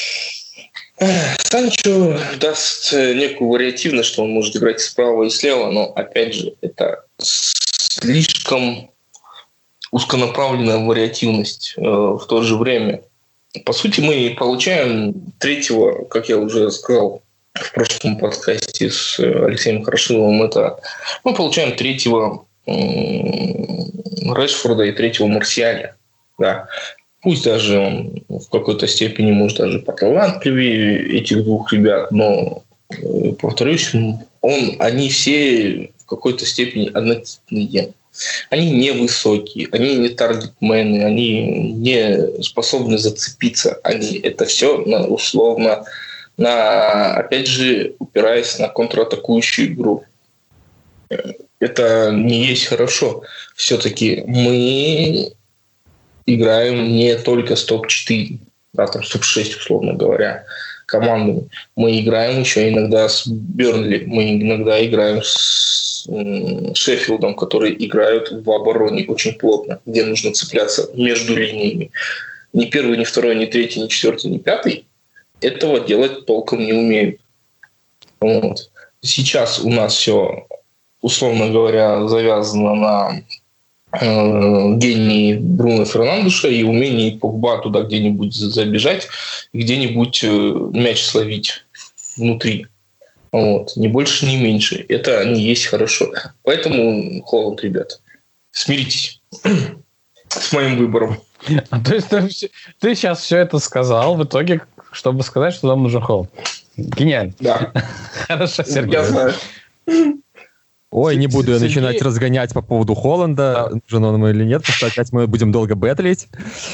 Санчо даст некую вариативность, что он может играть и справа, и слева, но, опять же, это слишком узконаправленная вариативность в то же время. По сути, мы получаем третьего, как я уже сказал в прошлом подкасте с Алексеем Хорошиловым, это мы получаем третьего Решфорда и третьего Марсиаля. Да. Пусть даже он в какой-то степени, может, даже поталантливее этих двух ребят, но, повторюсь, они все в какой-то степени однотипные. Они невысокие, они не таргетмены, они не способны зацепиться. Это все условно, опять же, упираясь на контратакующую игру. Это не есть хорошо. Все-таки мы играем не только с топ-4, да, там с топ-6, условно говоря, командами. Мы играем еще иногда с Бернли, мы иногда играем с Шеффилдом, которые играют в обороне очень плотно, где нужно цепляться между линиями. Ни первый, ни второй, ни третий, ни четвертый, ни пятый этого делать толком не умеют. Вот. Сейчас у нас все, условно говоря, завязано на гении Бруно Фернандеша и умении Погба туда где-нибудь забежать, где-нибудь мяч словить внутри. Вот. Ни больше, ни меньше. Это не есть хорошо. Поэтому Холланд, ребят, смиритесь с моим выбором. То есть ты сейчас все это сказал в итоге, чтобы сказать, что нам нужен Холланд. Гениально. Да. Хорошо, Сергей. Я знаю. Ой, не буду я начинать разгонять по поводу Холланда, нужен он ему или нет, потому что опять мы будем долго бэтлить.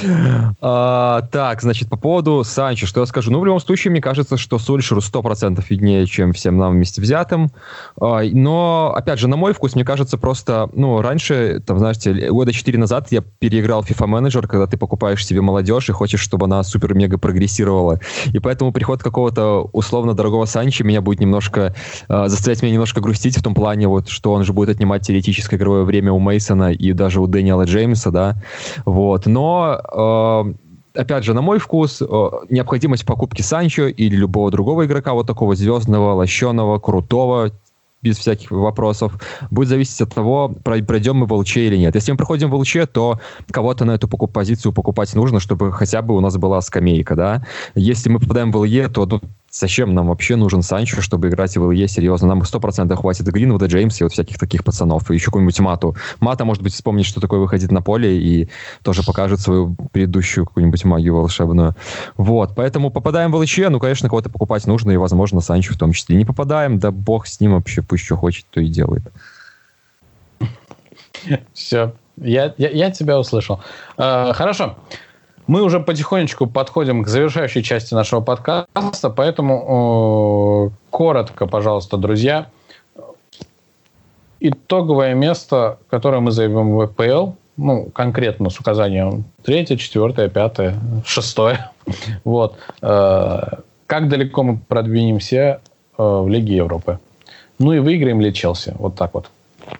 Так, значит, по поводу Санчо, что я скажу? Ну, в любом случае, мне кажется, что Сульшеру 100% виднее, чем всем нам вместе взятым. Но, опять же, на мой вкус, мне кажется, просто, раньше, там, знаете, года 4 назад я переиграл FIFA Manager, когда ты покупаешь себе молодежь и хочешь, чтобы она супер-мега прогрессировала. И поэтому приход какого-то условно дорогого Санчо меня будет немножко, заставлять меня немножко грустить в том плане, вот, что он же будет отнимать теоретическое игровое время у Мейсона и даже у Дэниела Джеймса, да, вот, но, опять же, на мой вкус, необходимость покупки Санчо или любого другого игрока, вот такого звездного, лощеного, крутого, без всяких вопросов, будет зависеть от того, пройдем мы в ЛЧ или нет. Если мы проходим в ЛЧ, то кого-то на эту позицию покупать нужно, чтобы хотя бы у нас была скамейка, да. Если мы попадаем в ЛЕ, то зачем нам вообще нужен Санчо, чтобы играть в ЛЕ серьезно? Нам 100% хватит Гринвуда, Джеймса и вот всяких таких пацанов. И еще какую-нибудь Мату. Мата, может быть, вспомнит, что такое выходить на поле и тоже покажет свою предыдущую какую-нибудь магию волшебную. Вот, поэтому попадаем в ЛЧ, конечно, кого-то покупать нужно, и, возможно, Санчо в том числе. Не попадаем, да бог с ним вообще, пусть что хочет, то и делает. Все, Я тебя услышал. Хорошо. Мы уже потихонечку подходим к завершающей части нашего подкаста, поэтому коротко, пожалуйста, друзья. Итоговое место, которое мы займем в ФПЛ, конкретно с указанием 3, 4, 5, 6. Вот. Как далеко мы продвинемся в Лиге Европы? И выиграем ли Челси? Вот так вот.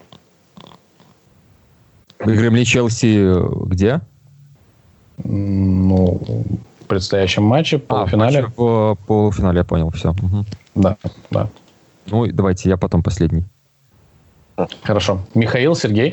Выиграем ли Челси где? В предстоящем матче, полуфинале. В полуфинале, я понял, все. Угу. Да. Давайте, я потом последний. Хорошо. Михаил, Сергей?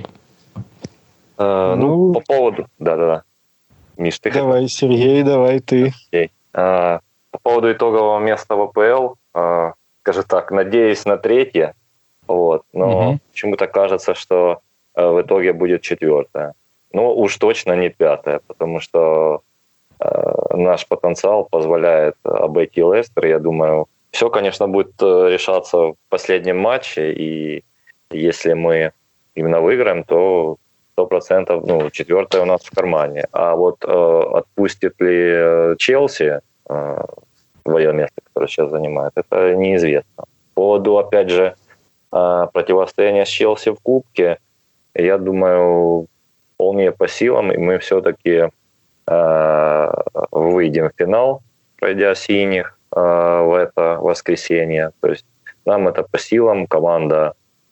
По поводу... Да. Миш, ты давай, Сергей, давай ты. Окей. По поводу итогового места в АПЛ, скажу так, надеюсь на 3, но почему-то кажется, что в итоге будет 4. Уж точно не 5, потому что наш потенциал позволяет обойти Лестер. Я думаю, все, конечно, будет решаться в последнем матче, и если мы именно выиграем, то 100%, 4 у нас в кармане. А вот отпустит ли Челси свое место, которое сейчас занимает, это неизвестно. По поводу, опять же, противостояния с Челси в Кубке, я думаю, вполне по силам, и мы все-таки выйдем в финал, пройдя синих в это воскресенье. То есть нам это по силам, команда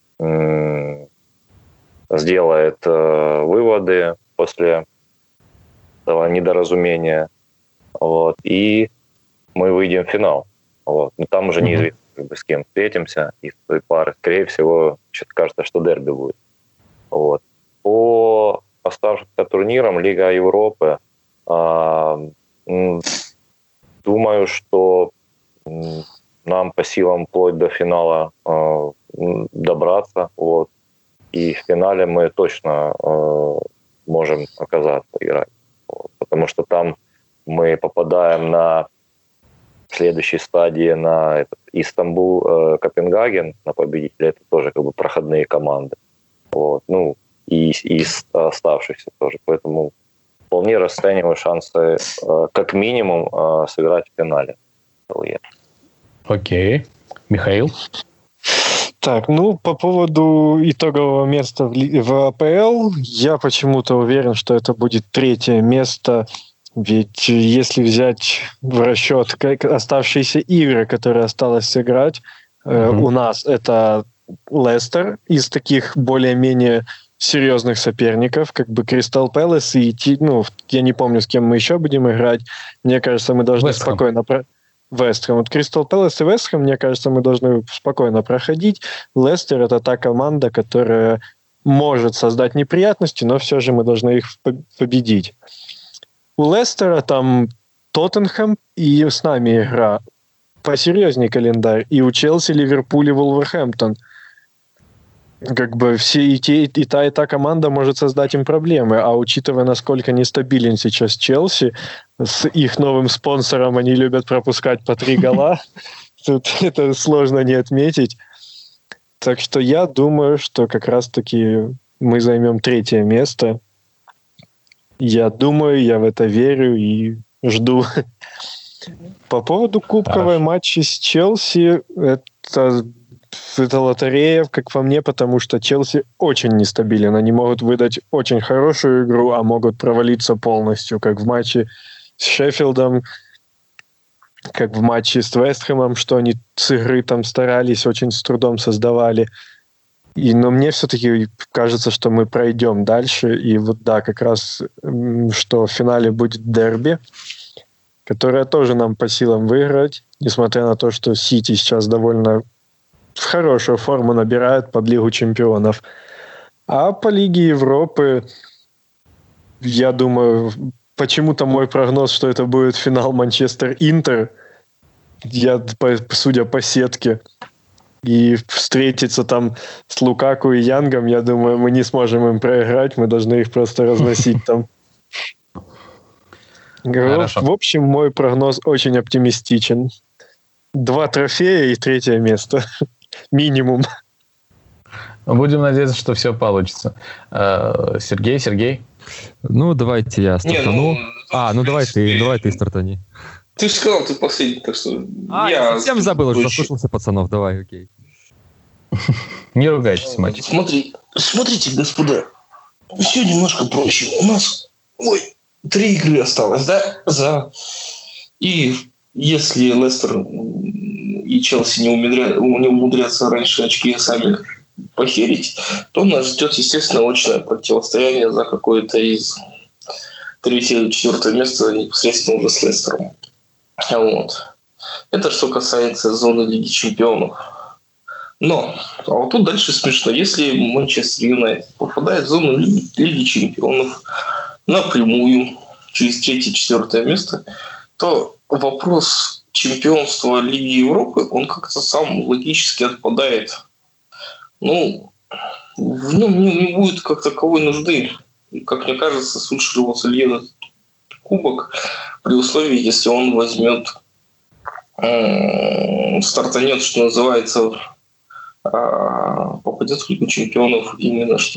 сделает выводы после этого недоразумения, и мы выйдем в финал. Но там уже неизвестно, с кем встретимся из той пары. Скорее всего, кажется, что дерби будет. По оставшимся турнирам Лига Европы, думаю, что нам по силам вплоть до финала добраться. И в финале мы точно можем оказаться играть. Потому что там мы попадаем на следующей стадии на Истанбул, Копенгаген, на победителя. Это тоже проходные команды. И из оставшихся тоже. Поэтому вполне расцениваю шансы как минимум сыграть в финале. Окей. Михаил? Так, по поводу итогового места в АПЛ, я почему-то уверен, что это будет 3 место, ведь если взять в расчет оставшиеся игры, которые осталось сыграть, у нас это Лестер из таких более-менее серьезных соперников, Кристал Пэлас и я не помню, с кем мы еще будем играть. Мне кажется, мы должны спокойно... Вест Хэм. Кристал Пэлас и Вест Хэм, мне кажется, мы должны спокойно проходить. Лестер — это та команда, которая может создать неприятности, но все же мы должны их победить. У Лестера там Тоттенхэм и с нами игра. Посерьезнее календарь. И у Челси, Ливерпуль и Вулверхэмптон. Все и та команда может создать им проблемы. А учитывая, насколько нестабилен сейчас Челси, с их новым спонсором они любят пропускать по 3 гола. Тут это сложно не отметить. Так что я думаю, что как раз-таки мы займем 3 место. Я думаю, я в это верю и жду. По поводу кубковой матча с Челси, это лотерея, как по мне, потому что Челси очень нестабилен. Они могут выдать очень хорошую игру, а могут провалиться полностью, как в матче с Шеффилдом, как в матче с Вестхэмом, что они с игры там старались, очень с трудом создавали. Но мне все-таки кажется, что мы пройдем дальше. И как раз, что в финале будет дерби, которое тоже нам по силам выиграть, несмотря на то, что Сити сейчас довольно в хорошую форму набирает под Лигу чемпионов. А по Лиге Европы, я думаю, почему-то мой прогноз, что это будет финал Манчестер-Интер, судя по сетке, и встретиться там с Лукаку и Янгом, я думаю, мы не сможем им проиграть, мы должны их просто разносить там. Хорошо. В общем, мой прогноз очень оптимистичен. 2 трофея и 3 место. Минимум. Будем надеяться, что все получится. Сергей? Ну, давайте я стартану. Давай ты стартани. Ты же сказал, ты последний, так что... я совсем забыл, что сослушался пацанов. Давай, окей. Не ругайтесь, матч. Смотрите, господа, все немножко проще. У нас 3 игры осталось, да? И если Лестер и Челси не умудрятся раньше очки сами похерить, то нас ждет, естественно, очное противостояние за какое-то из 3-4 место непосредственно уже с Лестером. Вот. Это что касается зоны Лиги Чемпионов. Но, а вот тут дальше смешно. Если Манчестер Юнайтед попадает в зону Лиги Чемпионов напрямую через 3-4 место, то вопрос чемпионства Лиги Европы, он как-то сам логически отпадает. Ну, в нем не будет как таковой нужды. Как мне кажется, Сульшер его сольет этот кубок при условии, если он возьмет, стартанет, что называется, попадет в Лигу Чемпионов именно что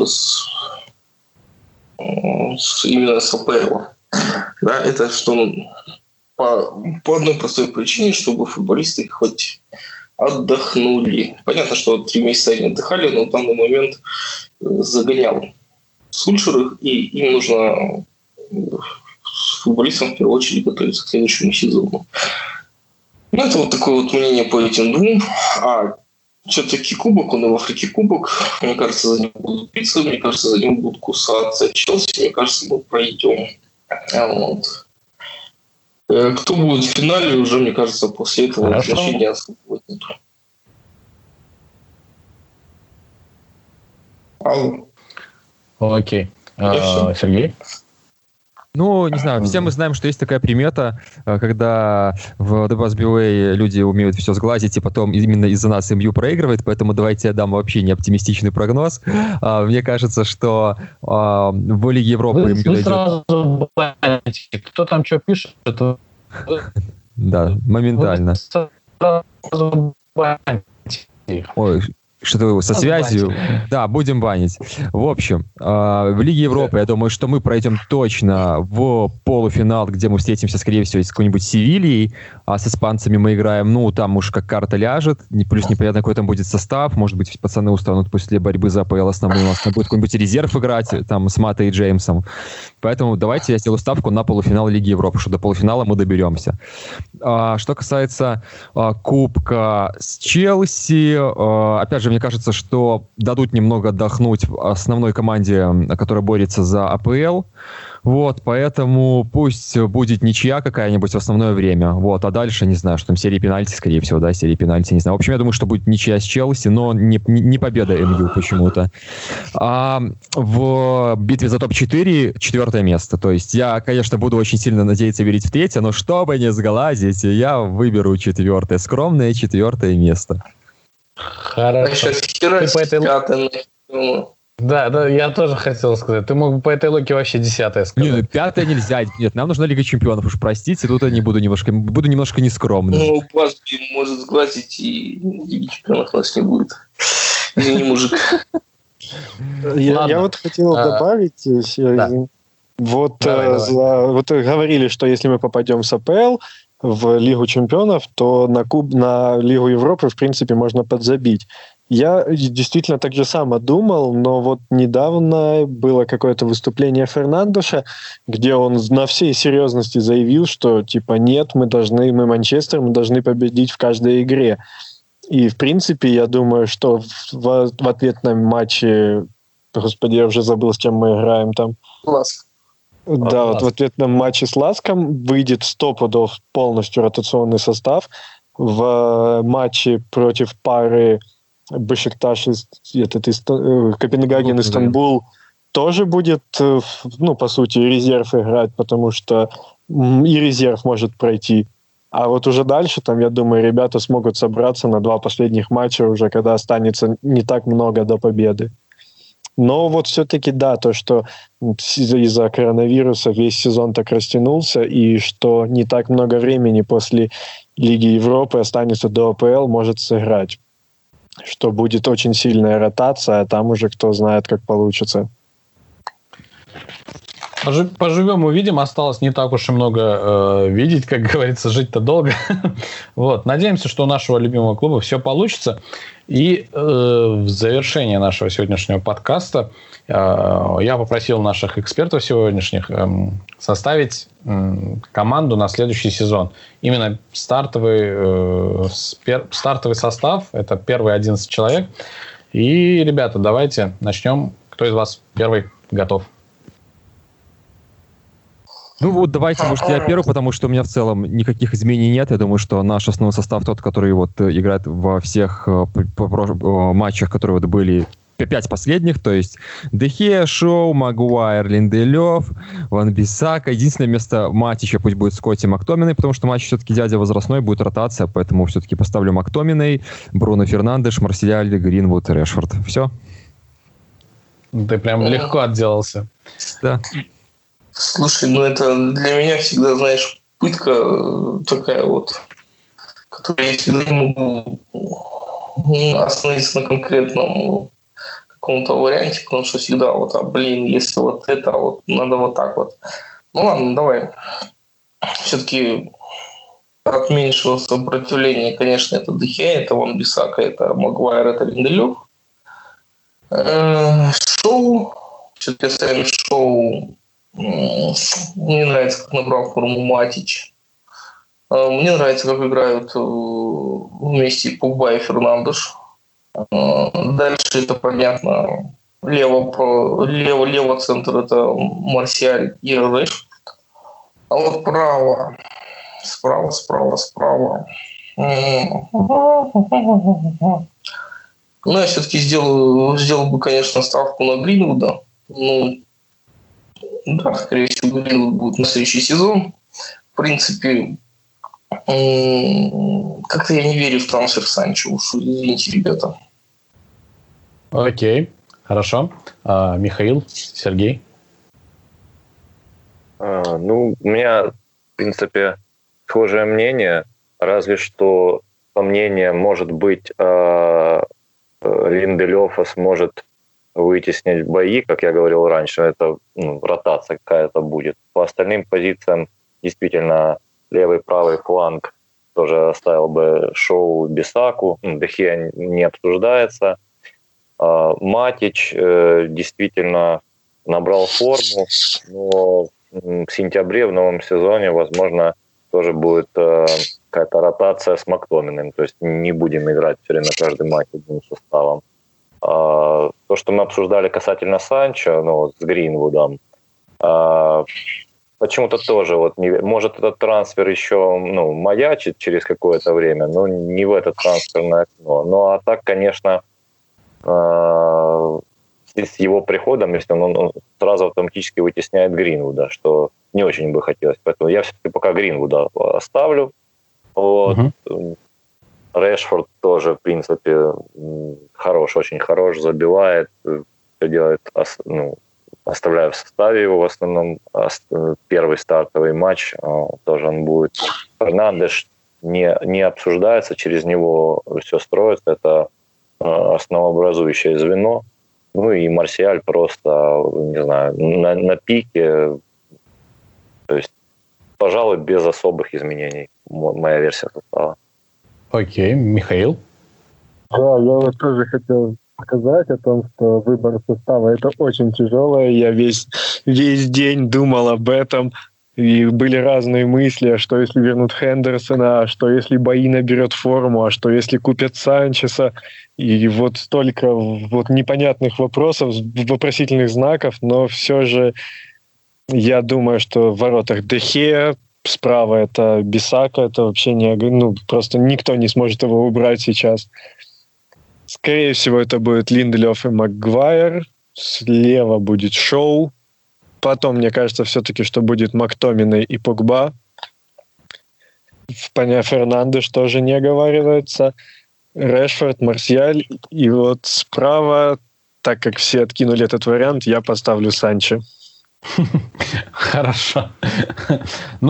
именно с АПЛ. Да, это что по одной простой причине, чтобы футболисты хоть отдохнули. Понятно, что 3 месяца они отдыхали, но в данный момент загонял Сульшер, и им нужно футболистам в первую очередь готовиться к следующему сезону. Ну, это вот такое вот мнение по этим двум. А все-таки кубок, он и в Африке кубок. Мне кажется, за него будут биться, мне кажется, за него будут кусаться Челси, мне кажется, мы пройдем. Вот. Кто будет в финале, уже, мне кажется, после этого значения особо нет. Окей. Сергей? Ну, не знаю, все мы знаем, что есть такая примета, когда в WSBA люди умеют все сглазить, и потом именно из-за нас МЮ проигрывает, поэтому давайте я дам вообще не оптимистичный прогноз. Мне кажется, что в Лиге Европы МЮ дойдет... сразу баните. Кто там что пишет? Да, моментально. Ой, что-то со связью. Да, будем банить. В общем, в Лиге Европы, я думаю, что мы пройдем точно в полуфинал, где мы встретимся, скорее всего, с какой-нибудь Севильей, а с испанцами мы играем, ну, там уж как карта ляжет, плюс непонятно, какой там будет состав, может быть, пацаны устанут после борьбы за АПЛ основную, у нас там будет какой-нибудь резерв играть, там, с Матой и Джеймсом. Поэтому давайте я сделаю ставку на полуфинал Лиги Европы, что до полуфинала мы доберемся. Что касается Кубка с Челси, опять же, мне кажется, что дадут немного отдохнуть основной команде, которая борется за АПЛ. Вот, поэтому пусть будет ничья какая-нибудь в основное время. Вот, а дальше, не знаю, что там серия пенальти, скорее всего, да, серия пенальти, не знаю. В общем, я думаю, что будет ничья с Челси, но не победа МЮ почему-то. А в битве за топ-4 4 место. То есть я, конечно, буду очень сильно надеяться верить в 3, но чтобы не сглазить, я выберу 4, скромное 4 место. Хорошо. Да, я тоже хотел сказать. Ты мог бы по этой логике вообще 10-е сказать. Нет, 5 нельзя. Нет, нам нужна Лига Чемпионов. Уж простите, тут я буду немножко нескромным. Ну, Пашки может сглазить, и Лиги Чемпионов у нас не будет. Извини, мужик. Я вот хотел добавить. Вот говорили, что если мы попадем с АПЛ в Лигу Чемпионов, то на Лигу Европы, в принципе, можно подзабить. Я действительно так же само думал, но вот недавно было какое-то выступление Фернандеша, где он на всей серьезности заявил, что типа нет, мы Манчестер, мы должны победить в каждой игре. И в принципе, я думаю, что в ответном матче, господи, я уже забыл, с кем мы играем там. Ласк. Да, вот в ответном матче с Ласком выйдет 100% полностью ротационный состав. В матче против пары Бешикташ, Копенгаген, Истанбул тоже будет, ну, по сути, резерв играть, потому что и резерв может пройти. А вот уже дальше, там, я думаю, ребята смогут собраться на 2 последних матча уже, когда останется не так много до победы. Но вот все-таки, да, то, что из-за коронавируса весь сезон так растянулся, и что не так много времени после Лиги Европы останется до АПЛ, может сыграть. что будет очень сильная ротация, а там уже кто знает, как получится. Поживем, увидим. Осталось не так уж и много видеть, как говорится, жить-то долго. Вот. Надеемся, что у нашего любимого клуба все получится. И в завершение нашего сегодняшнего подкаста я попросил наших экспертов сегодняшних составить команду на следующий сезон. Именно стартовый состав. Это первые 11 человек. И, ребята, давайте начнем. Кто из вас первый готов? Ну вот давайте, может, я первый, потому что у меня в целом никаких изменений нет. Я думаю, что наш основной состав тот, который вот играет во всех матчах, которые вот были 5 последних, то есть Де Геа, Шоу, Магуайр, Линделев, Ван-Бисака. Единственное место Матича пусть будет Скотти Мактоминой, потому что матч все-таки дядя возрастной, будет ротация, поэтому все-таки поставлю Мактоминой, Бруно Фернандеш, Марсиаль, Гринвуд, Решфорд. Все. Ты прям легко отделался. Да. Слушай, ну это для меня всегда, знаешь, пытка такая вот, которую я всегда не могу остановиться на конкретном каком-то варианте, потому что всегда вот, если вот это, вот надо вот так вот. Ну ладно, давай. Все-таки от меньшего сопротивления, конечно, это Де Геа, это Ван-Бисака, это Магуайр, это Линделев. Шоу. Все-таки оставим Шоу. Мне нравится, как набрал форму Матич. Мне нравится, как играют вместе Погба и Фернандеш. Дальше это понятно. Лево центр это Марсиаль и Решфорд. А вот справа. Ну, я все-таки сделал бы, конечно, ставку на Гринвуда. Ну, да, скорее всего, Гринвуд будет на следующий сезон. В принципе, как-то я не верю в трансфер Санчо. Уж извините, ребята. Окей, хорошо. Михаил, Сергей? Ну, у меня, в принципе, схожее мнение. Разве что, по мнению, может быть, Линделёфа сможет вытеснить бои, как я говорил раньше, это ротация какая-то будет. По остальным позициям действительно левый, правый фланг тоже оставил бы Шоу, Бисаку. Де Геа не обсуждается. Матич действительно набрал форму, но в сентябре, в новом сезоне, возможно, тоже будет какая-то ротация с Мактоминым. То есть не будем играть все время каждый матч одним составом. То, что мы обсуждали касательно Санчо, с Гринвудом, почему-то тоже может этот трансфер еще маячит через какое-то время, но не в это трансферное окно. Ну а так, конечно, с его приходом, если он сразу автоматически вытесняет Гринвуда, что не очень бы хотелось. Поэтому я все-таки пока Гринвуда оставлю. Вот. Решфорд тоже, в принципе, очень хорош, забивает, все делает, оставляю в составе его в основном. Первый стартовый матч тоже он будет. Фернандеш не обсуждается, через него все строится, это основообразующее звено. Ну и Марсиаль просто, не знаю, на пике. То есть, пожалуй, без особых изменений. Моя версия состава. Окей, Михаил? Да, я вот тоже хотел сказать о том, что выбор состава это очень тяжелое. Я весь день думал об этом. И были разные мысли, а что если вернут Хендерсона, а что если Бои наберет форму, а что если купят Санчеса. И вот столько непонятных вопросов, вопросительных знаков, но все же я думаю, что в воротах Де Геа, справа это Бисака, это вообще просто никто не сможет его убрать сейчас. Скорее всего, это будет Линделёф и Магуайр, слева будет Шоу, потом, мне кажется, все-таки, что будет Мактоминой и Погба. Фернандеш тоже не оговаривается. Решфорд, Марсиаль. И вот справа, так как все откинули этот вариант, я поставлю Санчо. Хорошо.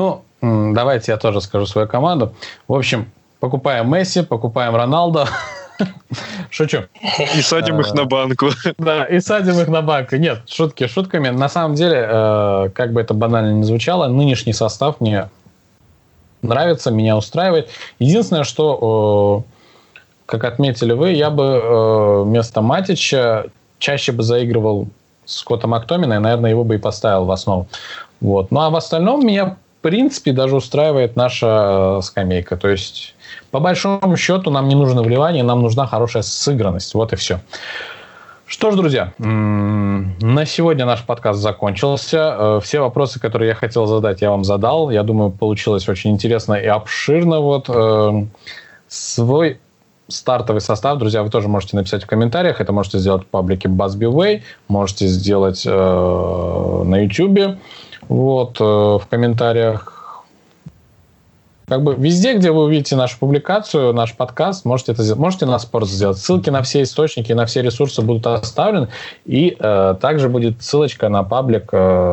Давайте я тоже скажу свою команду. В общем, покупаем Месси, покупаем Роналдо. Шучу. И садим их на банку. Да, и садим их на банку. Нет, шутки шутками. На самом деле, как бы это банально ни звучало, нынешний состав мне нравится, меня устраивает. Единственное, что, как отметили вы, я бы вместо Матича чаще бы заигрывал Скотта Мактомина, и, наверное, его бы и поставил в основу. Вот. Ну, а в остальном меня, в принципе, даже устраивает наша скамейка. То есть, по большому счету, нам не нужно вливание, нам нужна хорошая сыгранность. Вот и все. Что ж, друзья, на сегодня наш подкаст закончился. Все вопросы, которые я хотел задать, я вам задал. Я думаю, получилось очень интересно и обширно. Вот свой стартовый состав, друзья, вы тоже можете написать в комментариях. Это можете сделать в паблике BuzzBeWay, можете сделать на YouTube, вот, в комментариях. Как бы везде, где вы увидите нашу публикацию, наш подкаст, можете это сделать. Можете на спорт сделать. Ссылки на все источники, на все ресурсы будут оставлены. И также будет ссылочка на паблик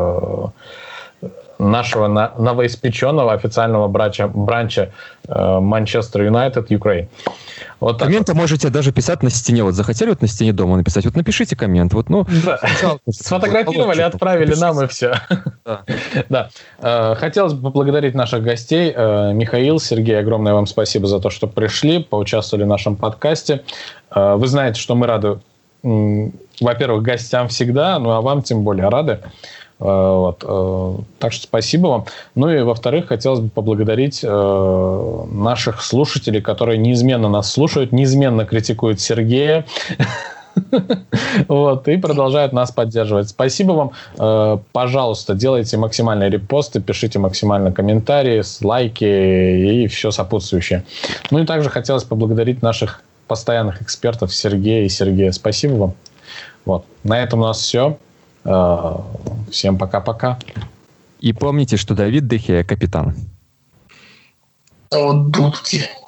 нашего новоиспеченного официального бранча Манчестер Юнайтед Украин. Вот комменты можете даже писать на стене. Вот захотели вот на стене дома написать, вот напишите коммент. Вот, ну, да. Сфотографировали, отправили нам, и все. Да. Хотелось бы поблагодарить наших гостей. Михаил, Сергей, огромное вам спасибо за то, что пришли, поучаствовали в нашем подкасте. Вы знаете, что мы рады, во-первых, гостям всегда, ну а вам тем более рады. Вот. Так что спасибо вам. Ну и во-вторых, хотелось бы поблагодарить наших слушателей, которые неизменно нас слушают, неизменно критикуют Сергея. Вот, и продолжают нас поддерживать. Спасибо вам. Пожалуйста, делайте максимальные репосты, пишите максимально комментарии, лайки и все сопутствующее. Ну и также хотелось поблагодарить наших постоянных экспертов Сергея и Сергея. Спасибо вам. Вот. На этом у нас все. Всем пока-пока. И помните, что Давид де Геа капитан. Вот дудки.